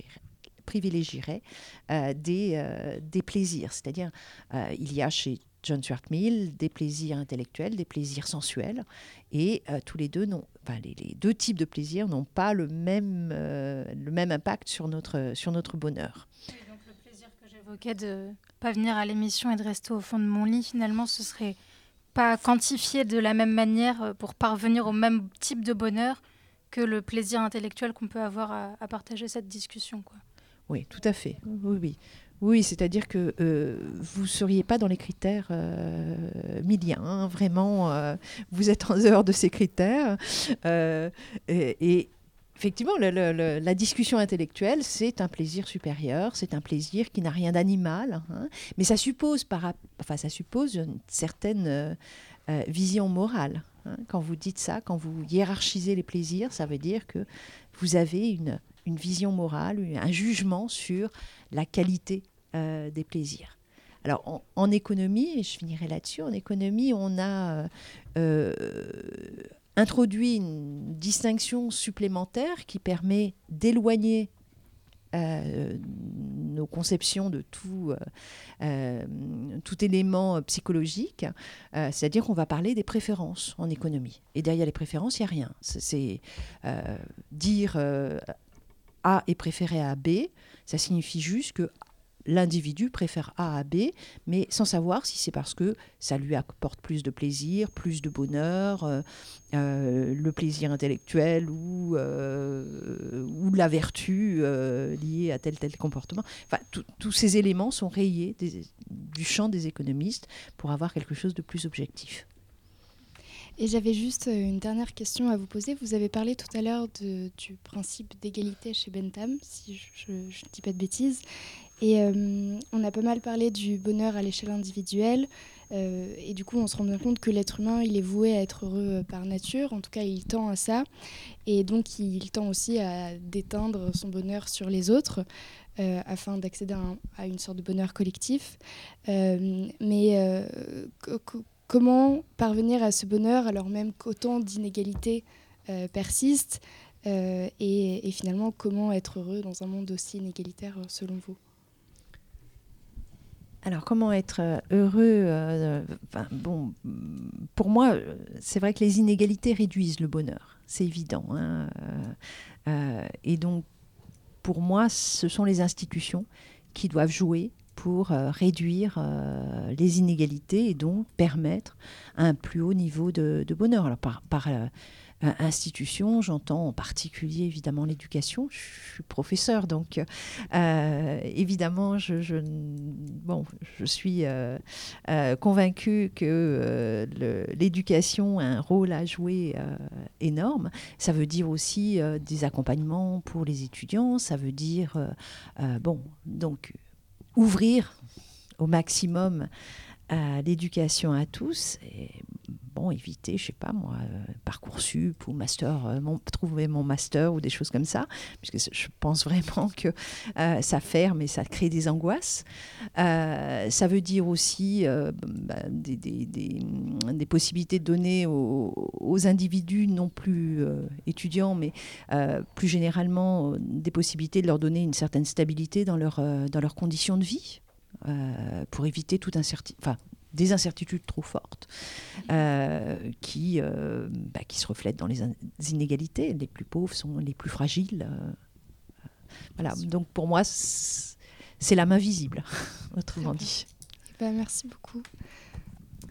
des plaisirs. C'est-à-dire, il y a chez John Stuart Mill des plaisirs intellectuels, des plaisirs sensuels, et tous les deux les deux types de plaisirs n'ont pas le même impact sur notre bonheur. Oui, donc le plaisir que j'évoquais de pas venir à l'émission et de rester au fond de mon lit, finalement, ce serait pas quantifié de la même manière pour parvenir au même type de bonheur que le plaisir intellectuel qu'on peut avoir à partager cette discussion, quoi. Oui, tout à fait. Oui, c'est-à-dire que vous ne seriez pas dans les critères milliens. Vraiment, vous êtes en dehors de ces critères. Et effectivement, la discussion intellectuelle, c'est un plaisir supérieur, c'est un plaisir qui n'a rien d'animal. Mais ça suppose une certaine vision morale. Quand vous dites ça, quand vous hiérarchisez les plaisirs, ça veut dire que vous avez une vision morale, un jugement sur la qualité des plaisirs. Alors, en économie, et je finirai là-dessus, en économie, on a introduit une distinction supplémentaire qui permet d'éloigner nos conceptions de tout élément psychologique, c'est-à-dire qu'on va parler des préférences en économie. Et derrière les préférences, il n'y a rien. C'est dire A est préféré à B, ça signifie juste que l'individu préfère A à B, mais sans savoir si c'est parce que ça lui apporte plus de plaisir, plus de bonheur, le plaisir intellectuel ou la vertu liée à tel comportement. Enfin, tous ces éléments sont rayés du champ des économistes pour avoir quelque chose de plus objectif. Et j'avais juste une dernière question à vous poser. Vous avez parlé tout à l'heure du principe d'égalité chez Bentham, si je ne dis pas de bêtises. Et on a pas mal parlé du bonheur à l'échelle individuelle. Et du coup, on se rend bien compte que l'être humain, il est voué à être heureux par nature. En tout cas, il tend à ça. Et donc, il tend aussi à d'éteindre son bonheur sur les autres afin d'accéder à une sorte de bonheur collectif. Comment parvenir à ce bonheur alors même qu'autant d'inégalités persistent et finalement, comment être heureux dans un monde aussi inégalitaire selon vous ? Alors, comment être heureux pour moi, c'est vrai que les inégalités réduisent le bonheur, c'est évident. Et donc, pour moi, ce sont les institutions qui doivent jouer pour réduire les inégalités et donc permettre un plus haut niveau de bonheur. Alors, par institution, j'entends en particulier évidemment l'éducation. Je suis professeure, donc évidemment je suis convaincue que l'éducation a un rôle à jouer énorme. Ça veut dire aussi des accompagnements pour les étudiants, ça veut dire donc ouvrir au maximum l'éducation à tous et éviter, je sais pas moi, Parcoursup ou master, trouver mon master ou des choses comme ça, puisque je pense vraiment que ça ferme et ça crée des angoisses. Ça veut dire aussi des possibilités de donner aux individus, non plus étudiants, mais plus généralement des possibilités de leur donner une certaine stabilité dans leurs conditions de vie, pour éviter des incertitudes trop fortes qui se reflètent dans les inégalités. Les plus pauvres sont les plus fragiles. Voilà. Donc pour moi, c'est la main visible, autrement dit. Merci beaucoup.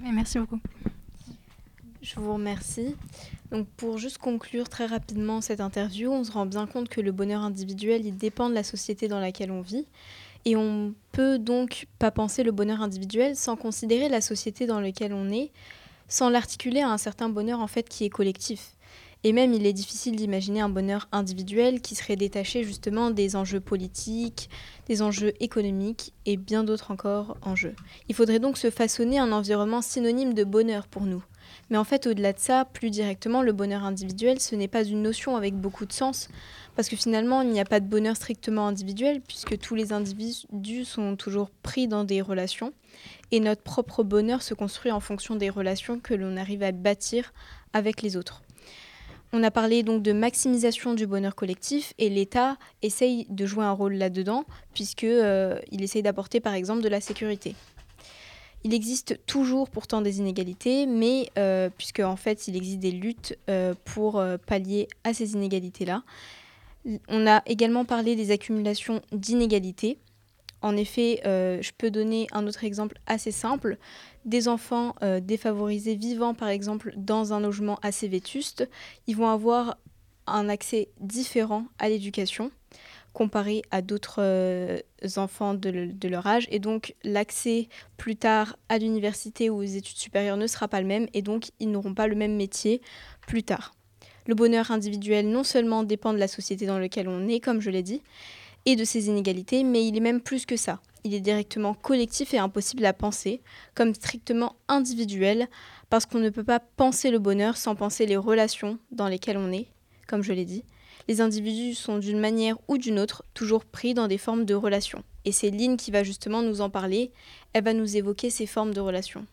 Merci beaucoup. Je vous remercie. Donc pour juste conclure très rapidement cette interview, on se rend bien compte que le bonheur individuel, il dépend de la société dans laquelle on vit. Et on peut donc pas penser le bonheur individuel sans considérer la société dans laquelle on est, sans l'articuler à un certain bonheur en fait qui est collectif. Et même il est difficile d'imaginer un bonheur individuel qui serait détaché justement des enjeux politiques, des enjeux économiques et bien d'autres encore enjeux. Il faudrait donc se façonner un environnement synonyme de bonheur pour nous. Mais en fait, au-delà de ça, plus directement, le bonheur individuel, ce n'est pas une notion avec beaucoup de sens, parce que finalement, il n'y a pas de bonheur strictement individuel, puisque tous les individus sont toujours pris dans des relations, et notre propre bonheur se construit en fonction des relations que l'on arrive à bâtir avec les autres. On a parlé donc de maximisation du bonheur collectif, et l'État essaye de jouer un rôle là-dedans, puisqu'il essaye d'apporter par exemple de la sécurité. Il existe toujours pourtant des inégalités, mais puisque en fait il existe des luttes pour pallier à ces inégalités-là. On a également parlé des accumulations d'inégalités. En effet, je peux donner un autre exemple assez simple. Des enfants défavorisés vivant par exemple dans un logement assez vétuste, ils vont avoir un accès différent à l'éducation comparé à d'autres enfants de leur âge. Et donc, l'accès plus tard à l'université ou aux études supérieures ne sera pas le même et donc, ils n'auront pas le même métier plus tard. Le bonheur individuel non seulement dépend de la société dans laquelle on est, comme je l'ai dit, et de ses inégalités, mais il est même plus que ça. Il est directement collectif et impossible à penser, comme strictement individuel, parce qu'on ne peut pas penser le bonheur sans penser les relations dans lesquelles on est, comme je l'ai dit. Les individus sont d'une manière ou d'une autre toujours pris dans des formes de relations. Et c'est Lynn qui va justement nous en parler. Elle va nous évoquer ces formes de relations.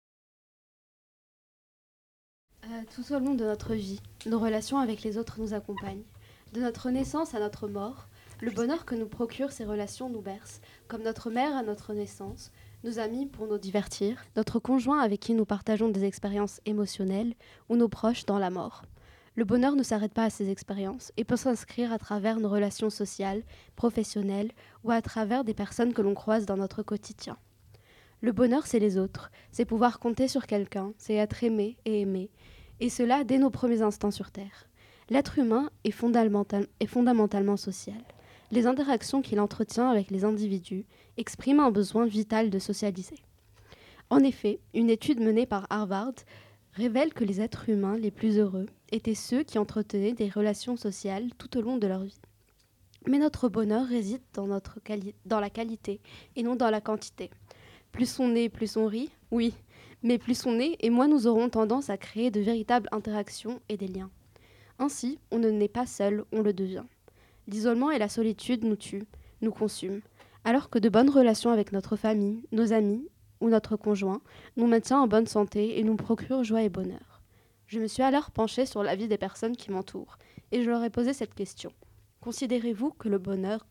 Tout au long de notre vie, nos relations avec les autres nous accompagnent. De notre naissance à notre mort, le bonheur que nous procurent ces relations nous berce, comme notre mère à notre naissance, nos amis pour nous divertir, notre conjoint avec qui nous partageons des expériences émotionnelles, ou nos proches dans la mort. Le bonheur ne s'arrête pas à ces expériences et peut s'inscrire à travers nos relations sociales, professionnelles ou à travers des personnes que l'on croise dans notre quotidien. Le bonheur, c'est les autres, c'est pouvoir compter sur quelqu'un, c'est être aimé, et cela dès nos premiers instants sur Terre. L'être humain est fondamentalement social. Les interactions qu'il entretient avec les individus expriment un besoin vital de socialiser. En effet, une étude menée par Harvard révèle que les êtres humains les plus heureux étaient ceux qui entretenaient des relations sociales tout au long de leur vie. Mais notre bonheur réside dans la qualité et non dans la quantité. Plus on est, plus on rit, oui, mais plus on est et moins nous aurons tendance à créer de véritables interactions et des liens. Ainsi, on ne naît pas seul, on le devient. L'isolement et la solitude nous tuent, nous consument, alors que de bonnes relations avec notre famille, nos amis ou notre conjoint nous maintient en bonne santé et nous procurent joie et bonheur. Je me suis alors penchée sur la vie des personnes qui m'entourent et je leur ai posé cette question. Considérez-vous que le bonheur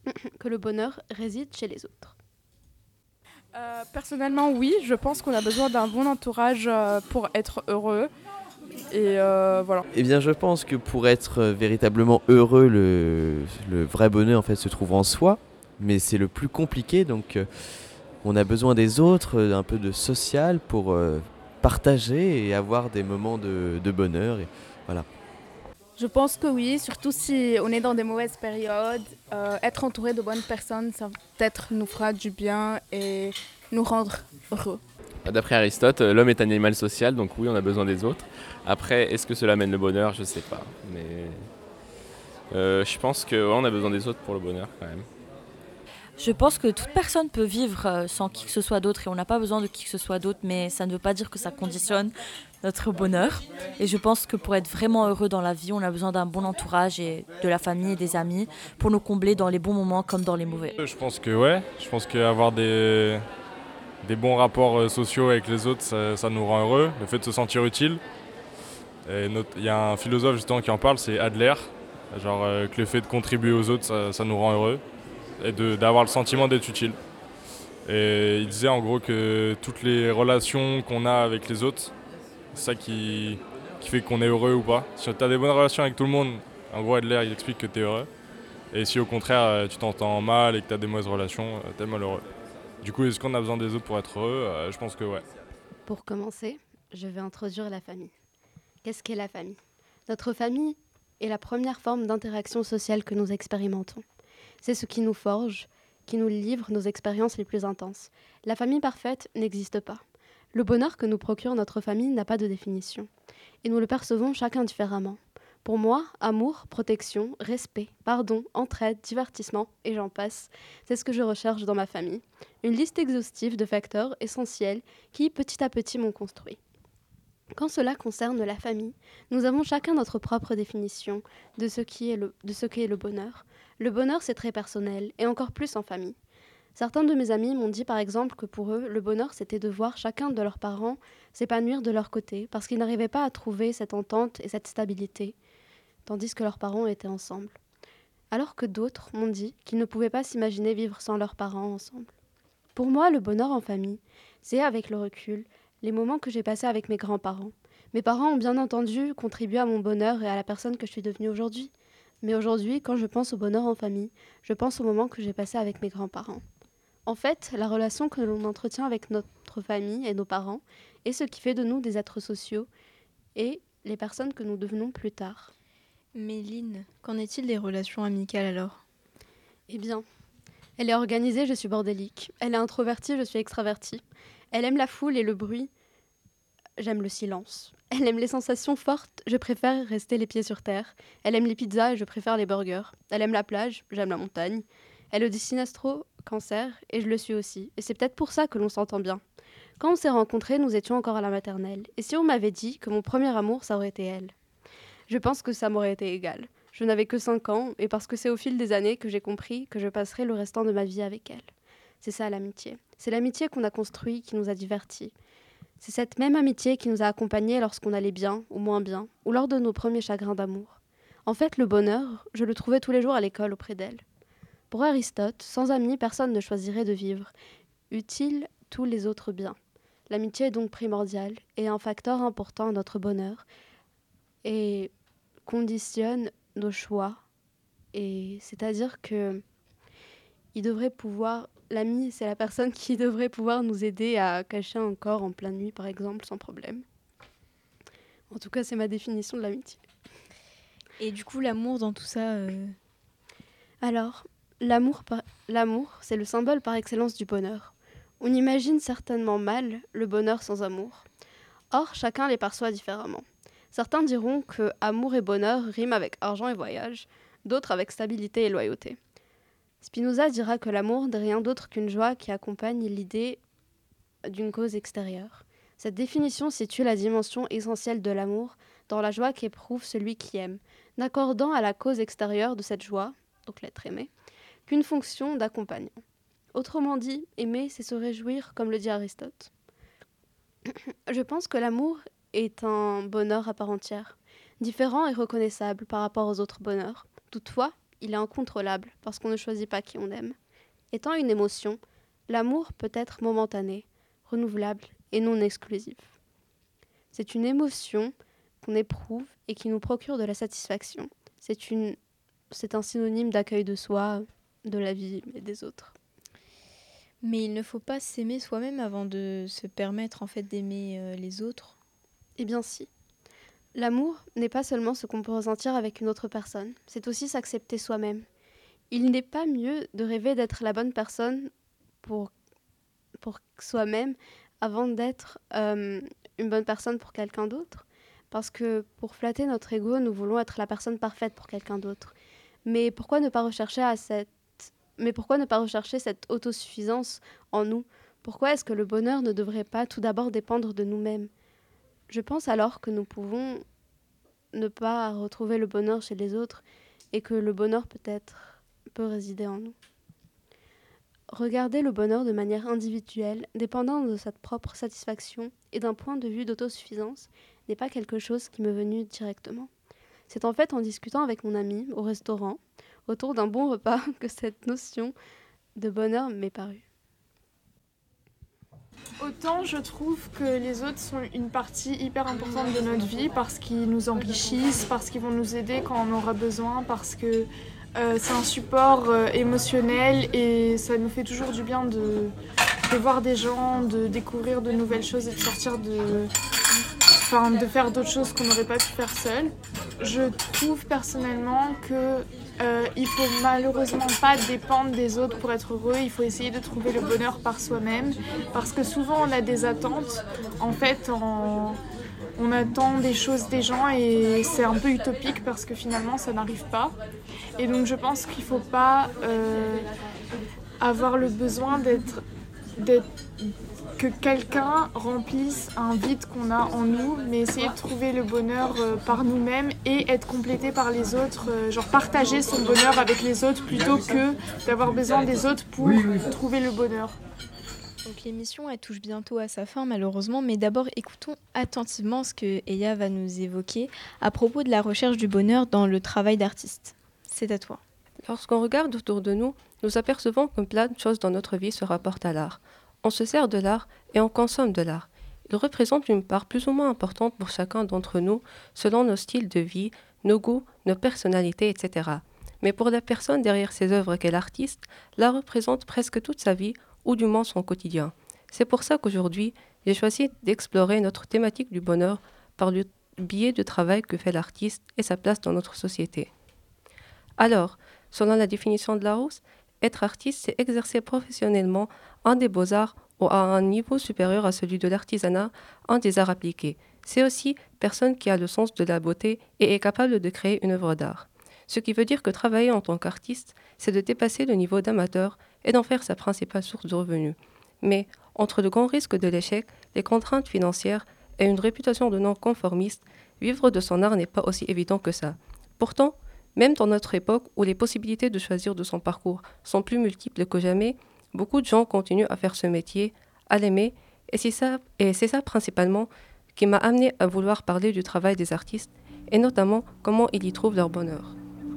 réside chez les autres ? Personnellement, oui, je pense qu'on a besoin d'un bon entourage pour être heureux. Et voilà. Eh bien, je pense que pour être véritablement heureux, le vrai bonheur en fait se trouve en soi, mais c'est le plus compliqué. Donc, on a besoin des autres, un peu de social pour partager et avoir des moments de bonheur. Et voilà. Je pense que oui, surtout si on est dans des mauvaises périodes, être entouré de bonnes personnes, ça peut-être nous fera du bien et nous rendre heureux. D'après Aristote, l'homme est un animal social, donc oui, on a besoin des autres. Après, est-ce que cela amène le bonheur ? Je ne sais pas. Mais je pense qu'on a besoin des autres pour le bonheur quand même. Je pense que toute personne peut vivre sans qui que ce soit d'autre et on n'a pas besoin de qui que ce soit d'autre, mais ça ne veut pas dire que ça conditionne notre bonheur. Et je pense que pour être vraiment heureux dans la vie, on a besoin d'un bon entourage et de la famille et des amis pour nous combler dans les bons moments comme dans les mauvais. Je pense que ouais, je pense qu'avoir des bons rapports sociaux avec les autres, ça nous rend heureux, le fait de se sentir utile. Il y a un philosophe justement qui en parle, c'est Adler, genre que le fait de contribuer aux autres, ça nous rend heureux. Et d'avoir le sentiment d'être utile. Et il disait en gros que toutes les relations qu'on a avec les autres, c'est ça qui fait qu'on est heureux ou pas. Si tu as des bonnes relations avec tout le monde, en gros Adler il explique que tu es heureux. Et si au contraire tu t'entends mal et que tu as des mauvaises relations, tu es malheureux. Du coup, est-ce qu'on a besoin des autres pour être heureux ? Je pense que ouais. Pour commencer, je vais introduire la famille. Qu'est-ce qu'est la famille ? Notre famille est la première forme d'interaction sociale que nous expérimentons. C'est ce qui nous forge, qui nous livre nos expériences les plus intenses. La famille parfaite n'existe pas. Le bonheur que nous procure notre famille n'a pas de définition. Et nous le percevons chacun différemment. Pour moi, amour, protection, respect, pardon, entraide, divertissement, et j'en passe, c'est ce que je recherche dans ma famille. Une liste exhaustive de facteurs essentiels qui, petit à petit, m'ont construit. Quand cela concerne la famille, nous avons chacun notre propre définition de ce qu'est le bonheur. Le bonheur, c'est très personnel, et encore plus en famille. Certains de mes amis m'ont dit par exemple que pour eux, le bonheur, c'était de voir chacun de leurs parents s'épanouir de leur côté, parce qu'ils n'arrivaient pas à trouver cette entente et cette stabilité, tandis que leurs parents étaient ensemble. Alors que d'autres m'ont dit qu'ils ne pouvaient pas s'imaginer vivre sans leurs parents ensemble. Pour moi, le bonheur en famille, c'est, avec le recul, les moments que j'ai passés avec mes grands-parents. Mes parents ont bien entendu contribué à mon bonheur et à la personne que je suis devenue aujourd'hui. Mais aujourd'hui, quand je pense au bonheur en famille, je pense aux moments que j'ai passés avec mes grands-parents. En fait, la relation que l'on entretient avec notre famille et nos parents est ce qui fait de nous des êtres sociaux et les personnes que nous devenons plus tard. Mais Lynn, qu'en est-il des relations amicales alors ? Eh bien, elle est organisée, je suis bordélique. Elle est introvertie, je suis extravertie. Elle aime la foule et le bruit, j'aime le silence. Elle aime les sensations fortes, je préfère rester les pieds sur terre. Elle aime les pizzas et je préfère les burgers. Elle aime la plage, j'aime la montagne. Elle est sinastro-cancer et je le suis aussi. Et c'est peut-être pour ça que l'on s'entend bien. Quand on s'est rencontrés, nous étions encore à la maternelle. Et si on m'avait dit que mon premier amour, ça aurait été elle ? Je pense que ça m'aurait été égal. Je n'avais que 5 ans, et parce que c'est au fil des années que j'ai compris que je passerai le restant de ma vie avec elle. C'est ça l'amitié. C'est l'amitié qu'on a construite, qui nous a divertis. C'est cette même amitié qui nous a accompagnés lorsqu'on allait bien ou moins bien, ou lors de nos premiers chagrins d'amour. En fait, le bonheur, je le trouvais tous les jours à l'école auprès d'elle. Pour Aristote, sans amis, personne ne choisirait de vivre. Eût-il tous les autres biens. L'amitié est donc primordiale et un facteur important à notre bonheur et conditionne nos choix. Et c'est-à-dire que l'ami, c'est la personne qui devrait pouvoir nous aider à cacher un corps en pleine nuit, par exemple, sans problème. En tout cas, c'est ma définition de l'amitié. Et du coup, l'amour dans tout ça Alors, l'amour, c'est le symbole par excellence du bonheur. On imagine certainement mal le bonheur sans amour. Or, chacun les perçoit différemment. Certains diront que amour et bonheur riment avec argent et voyage, d'autres avec stabilité et loyauté. Spinoza dira que l'amour n'est rien d'autre qu'une joie qui accompagne l'idée d'une cause extérieure. Cette définition situe la dimension essentielle de l'amour dans la joie qu'éprouve celui qui aime, n'accordant à la cause extérieure de cette joie, donc l'être aimé, qu'une fonction d'accompagnant. Autrement dit, aimer, c'est se réjouir, comme le dit Aristote. Je pense que l'amour est un bonheur à part entière, différent et reconnaissable par rapport aux autres bonheurs. Toutefois, il est incontrôlable parce qu'on ne choisit pas qui on aime. Étant une émotion, l'amour peut être momentané, renouvelable et non exclusif. C'est une émotion qu'on éprouve et qui nous procure de la satisfaction. C'est un synonyme d'accueil de soi, de la vie et des autres. Mais il ne faut pas s'aimer soi-même avant de se permettre en fait d'aimer les autres. Eh bien si. L'amour n'est pas seulement ce qu'on peut ressentir avec une autre personne, c'est aussi s'accepter soi-même. Il n'est pas mieux de rêver d'être la bonne personne pour soi-même avant d'être une bonne personne pour quelqu'un d'autre. Parce que pour flatter notre ego, nous voulons être la personne parfaite pour quelqu'un d'autre. Mais pourquoi ne pas rechercher cette autosuffisance en nous ? Pourquoi est-ce que le bonheur ne devrait pas tout d'abord dépendre de nous-mêmes ? Je pense alors que nous pouvons ne pas retrouver le bonheur chez les autres et que le bonheur peut résider en nous. Regarder le bonheur de manière individuelle, dépendant de sa propre satisfaction et d'un point de vue d'autosuffisance, n'est pas quelque chose qui m'est venu directement. C'est en fait en discutant avec mon ami au restaurant, autour d'un bon repas, que cette notion de bonheur m'est parue. Autant je trouve que les autres sont une partie hyper importante de notre vie parce qu'ils nous enrichissent, parce qu'ils vont nous aider quand on aura besoin, parce que c'est un support émotionnel et ça nous fait toujours du bien de voir des gens, de découvrir de nouvelles choses et de sortir de faire d'autres choses qu'on n'aurait pas pu faire seul. Je trouve personnellement que il faut malheureusement pas dépendre des autres pour être heureux. Il faut essayer de trouver le bonheur par soi-même, parce que souvent on a des attentes. En fait, on attend des choses des gens et c'est un peu utopique parce que finalement ça n'arrive pas. Et donc je pense qu'il faut pas avoir le besoin que quelqu'un remplisse un vide qu'on a en nous, mais essayer de trouver le bonheur par nous-mêmes et être complété par les autres, genre partager son bonheur avec les autres plutôt que d'avoir besoin des autres pour trouver le bonheur. Donc l'émission elle touche bientôt à sa fin malheureusement, mais d'abord écoutons attentivement ce que Eya va nous évoquer à propos de la recherche du bonheur dans le travail d'artiste. C'est à toi. Lorsqu'on regarde autour de nous, nous apercevons que plein de choses dans notre vie se rapportent à l'art. On se sert de l'art et on consomme de l'art. Il représente une part plus ou moins importante pour chacun d'entre nous, selon nos styles de vie, nos goûts, nos personnalités, etc. Mais pour la personne derrière ces œuvres qu'est l'artiste, l'art représente presque toute sa vie, ou du moins son quotidien. C'est pour ça qu'aujourd'hui, j'ai choisi d'explorer notre thématique du bonheur par le biais du travail que fait l'artiste et sa place dans notre société. Alors, selon la définition de Larousse, être artiste, c'est exercer professionnellement un des beaux-arts ou à un niveau supérieur à celui de l'artisanat, un des arts appliqués. C'est aussi personne qui a le sens de la beauté et est capable de créer une œuvre d'art. Ce qui veut dire que travailler en tant qu'artiste, c'est de dépasser le niveau d'amateur et d'en faire sa principale source de revenus. Mais, entre le grand risque de l'échec, les contraintes financières et une réputation de non-conformiste, vivre de son art n'est pas aussi évident que ça. Pourtant, même dans notre époque où les possibilités de choisir de son parcours sont plus multiples que jamais, beaucoup de gens continuent à faire ce métier, à l'aimer, et c'est ça principalement qui m'a amené à vouloir parler du travail des artistes, et notamment comment ils y trouvent leur bonheur.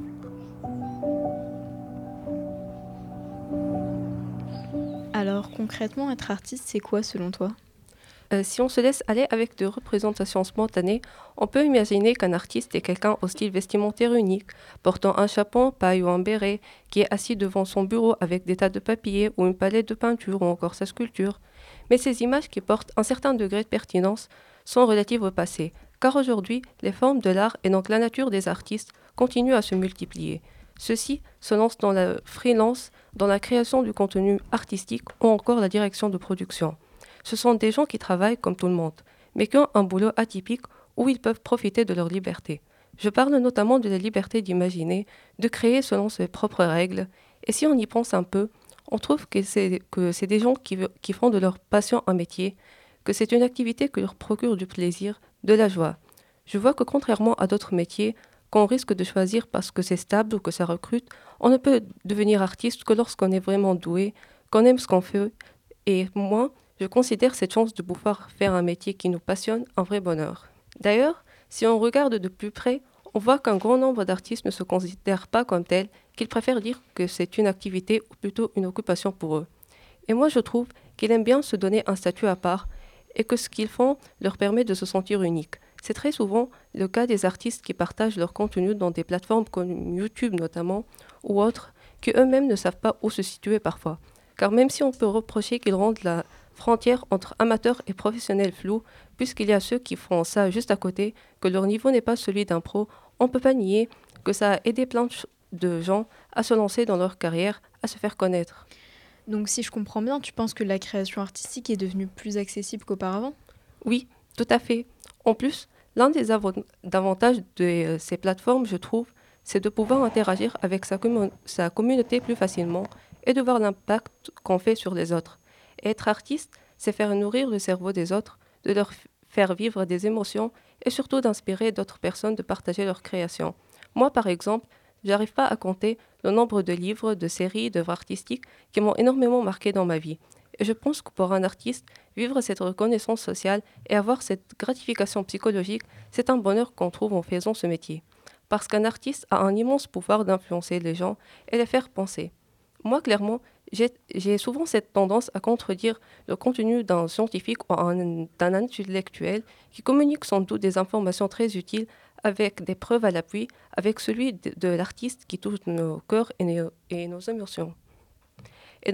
Alors concrètement, être artiste, c'est quoi selon toi ? Si on se laisse aller avec des représentations spontanées, on peut imaginer qu'un artiste est quelqu'un au style vestimentaire unique, portant un chapeau, paille ou un béret, qui est assis devant son bureau avec des tas de papiers ou une palette de peinture ou encore sa sculpture. Mais ces images qui portent un certain degré de pertinence sont relatives au passé, car aujourd'hui, les formes de l'art et donc la nature des artistes continuent à se multiplier. Ceux-ci se lancent dans la freelance, dans la création du contenu artistique ou encore la direction de production. Ce sont des gens qui travaillent comme tout le monde, mais qui ont un boulot atypique où ils peuvent profiter de leur liberté. Je parle notamment de la liberté d'imaginer, de créer selon ses propres règles, et si on y pense un peu, on trouve que c'est des gens qui font de leur passion un métier, que c'est une activité qui leur procure du plaisir, de la joie. Je vois que contrairement à d'autres métiers, qu'on risque de choisir parce que c'est stable ou que ça recrute, on ne peut devenir artiste que lorsqu'on est vraiment doué, qu'on aime ce qu'on fait, et moi, je considère cette chance de pouvoir faire un métier qui nous passionne un vrai bonheur. D'ailleurs, si on regarde de plus près, on voit qu'un grand nombre d'artistes ne se considèrent pas comme tels, qu'ils préfèrent dire que c'est une activité ou plutôt une occupation pour eux. Et moi, je trouve qu'ils aiment bien se donner un statut à part et que ce qu'ils font leur permet de se sentir uniques. C'est très souvent le cas des artistes qui partagent leur contenu dans des plateformes comme YouTube notamment ou autres, qui eux-mêmes ne savent pas où se situer parfois. Car même si on peut reprocher qu'ils rendent la frontière entre amateurs et professionnels floue, puisqu'il y a ceux qui font ça juste à côté, que leur niveau n'est pas celui d'un pro, on ne peut pas nier que ça a aidé plein de gens à se lancer dans leur carrière, à se faire connaître. Donc si je comprends bien, tu penses que la création artistique est devenue plus accessible qu'auparavant ? Oui, tout à fait. En plus, l'un des avantages de ces plateformes, je trouve, c'est de pouvoir interagir avec sa communauté plus facilement et de voir l'impact qu'on fait sur les autres. Et être artiste, c'est faire nourrir le cerveau des autres, de leur faire vivre des émotions et surtout d'inspirer d'autres personnes de partager leurs créations. Moi, par exemple, j'arrive pas à compter le nombre de livres, de séries, d'œuvres artistiques qui m'ont énormément marqué dans ma vie. Et je pense que pour un artiste, vivre cette reconnaissance sociale et avoir cette gratification psychologique, c'est un bonheur qu'on trouve en faisant ce métier. Parce qu'un artiste a un immense pouvoir d'influencer les gens et les faire penser. Moi, clairement, j'ai souvent cette tendance à contredire le contenu d'un scientifique ou d'un intellectuel qui communique sans doute des informations très utiles avec des preuves à l'appui, avec celui de l'artiste qui touche nos cœurs et nos émotions. Et donc,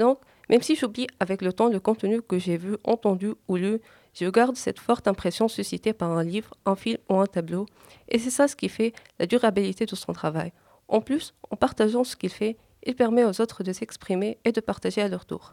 Même si j'oublie avec le temps le contenu que j'ai vu, entendu ou lu, je garde cette forte impression suscitée par un livre, un film ou un tableau, et c'est ça ce qui fait la durabilité de son travail. En plus, en partageant ce qu'il fait, il permet aux autres de s'exprimer et de partager à leur tour.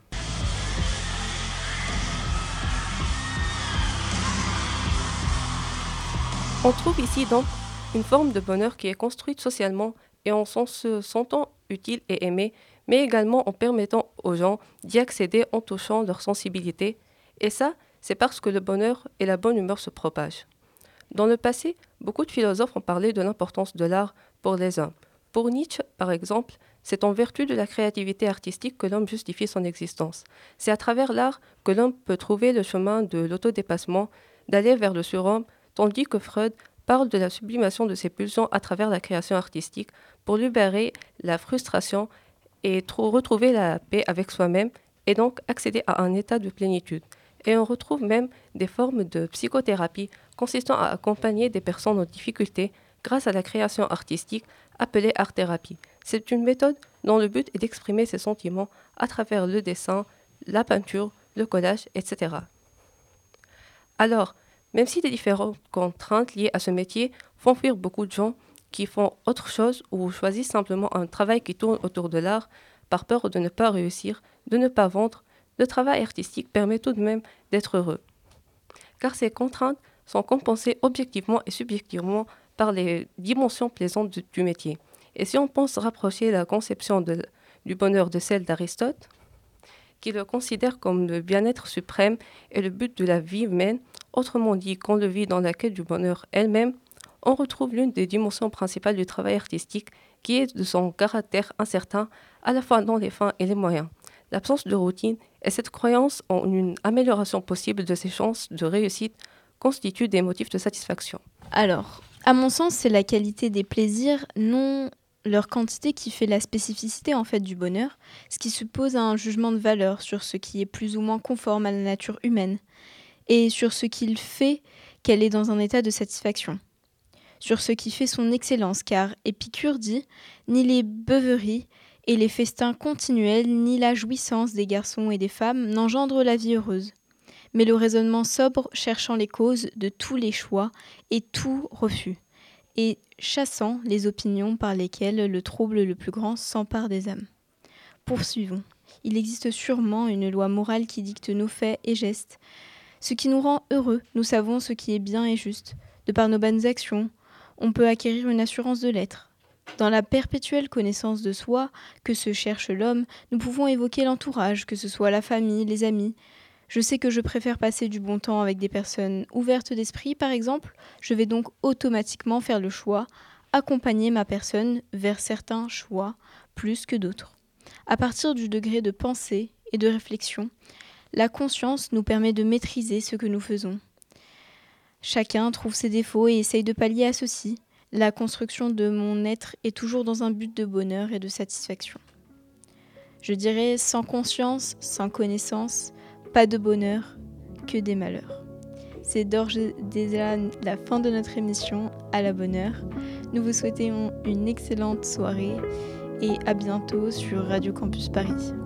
On trouve ici donc une forme de bonheur qui est construite socialement et en se sentant utile et aimé, mais également en permettant aux gens d'y accéder en touchant leur sensibilité. Et ça, c'est parce que le bonheur et la bonne humeur se propagent. Dans le passé, beaucoup de philosophes ont parlé de l'importance de l'art pour les hommes. Pour Nietzsche, par exemple, c'est en vertu de la créativité artistique que l'homme justifie son existence. C'est à travers l'art que l'homme peut trouver le chemin de l'autodépassement, d'aller vers le surhomme, tandis que Freud parle de la sublimation de ses pulsions à travers la création artistique pour libérer la frustration et retrouver la paix avec soi-même et donc accéder à un état de plénitude. Et on retrouve même des formes de psychothérapie consistant à accompagner des personnes en difficulté grâce à la création artistique appelée art-thérapie. C'est une méthode dont le but est d'exprimer ses sentiments à travers le dessin, la peinture, le collage, etc. Alors, même si les différentes contraintes liées à ce métier font fuir beaucoup de gens qui font autre chose ou choisissent simplement un travail qui tourne autour de l'art par peur de ne pas réussir, de ne pas vendre, le travail artistique permet tout de même d'être heureux. Car ces contraintes sont compensées objectivement et subjectivement par les dimensions plaisantes du métier. Et si on pense rapprocher la conception du bonheur de celle d'Aristote, qui le considère comme le bien-être suprême et le but de la vie humaine, autrement dit, qu'on le vit dans la quête du bonheur elle-même, on retrouve l'une des dimensions principales du travail artistique qui est de son caractère incertain, à la fois dans les fins et les moyens. L'absence de routine et cette croyance en une amélioration possible de ses chances de réussite constituent des motifs de satisfaction. Alors, à mon sens, c'est la qualité des plaisirs, non leur quantité qui fait la spécificité en fait du bonheur, ce qui suppose un jugement de valeur sur ce qui est plus ou moins conforme à la nature humaine et sur ce qu'il fait qu'elle est dans un état de satisfaction. Sur ce qui fait son excellence, car Épicure dit « Ni les beuveries et les festins continuels, ni la jouissance des garçons et des femmes n'engendrent la vie heureuse. Mais le raisonnement sobre cherchant les causes de tous les choix et tout refus, et chassant les opinions par lesquelles le trouble le plus grand s'empare des âmes. Poursuivons. Il existe sûrement une loi morale qui dicte nos faits et gestes. Ce qui nous rend heureux, nous savons ce qui est bien et juste. De par nos bonnes actions, on peut acquérir une assurance de l'être. Dans la perpétuelle connaissance de soi que se cherche l'homme, nous pouvons évoquer l'entourage, que ce soit la famille, les amis. Je sais que je préfère passer du bon temps avec des personnes ouvertes d'esprit, par exemple. Je vais donc automatiquement faire le choix, accompagner ma personne vers certains choix plus que d'autres. À partir du degré de pensée et de réflexion, la conscience nous permet de maîtriser ce que nous faisons. Chacun trouve ses défauts et essaye de pallier à ceux-ci. La construction de mon être est toujours dans un but de bonheur et de satisfaction. Je dirais sans conscience, sans connaissance, pas de bonheur, que des malheurs. C'est d'ores et déjà la fin de notre émission à la bonne heure. Nous vous souhaitons une excellente soirée et à bientôt sur Radio Campus Paris.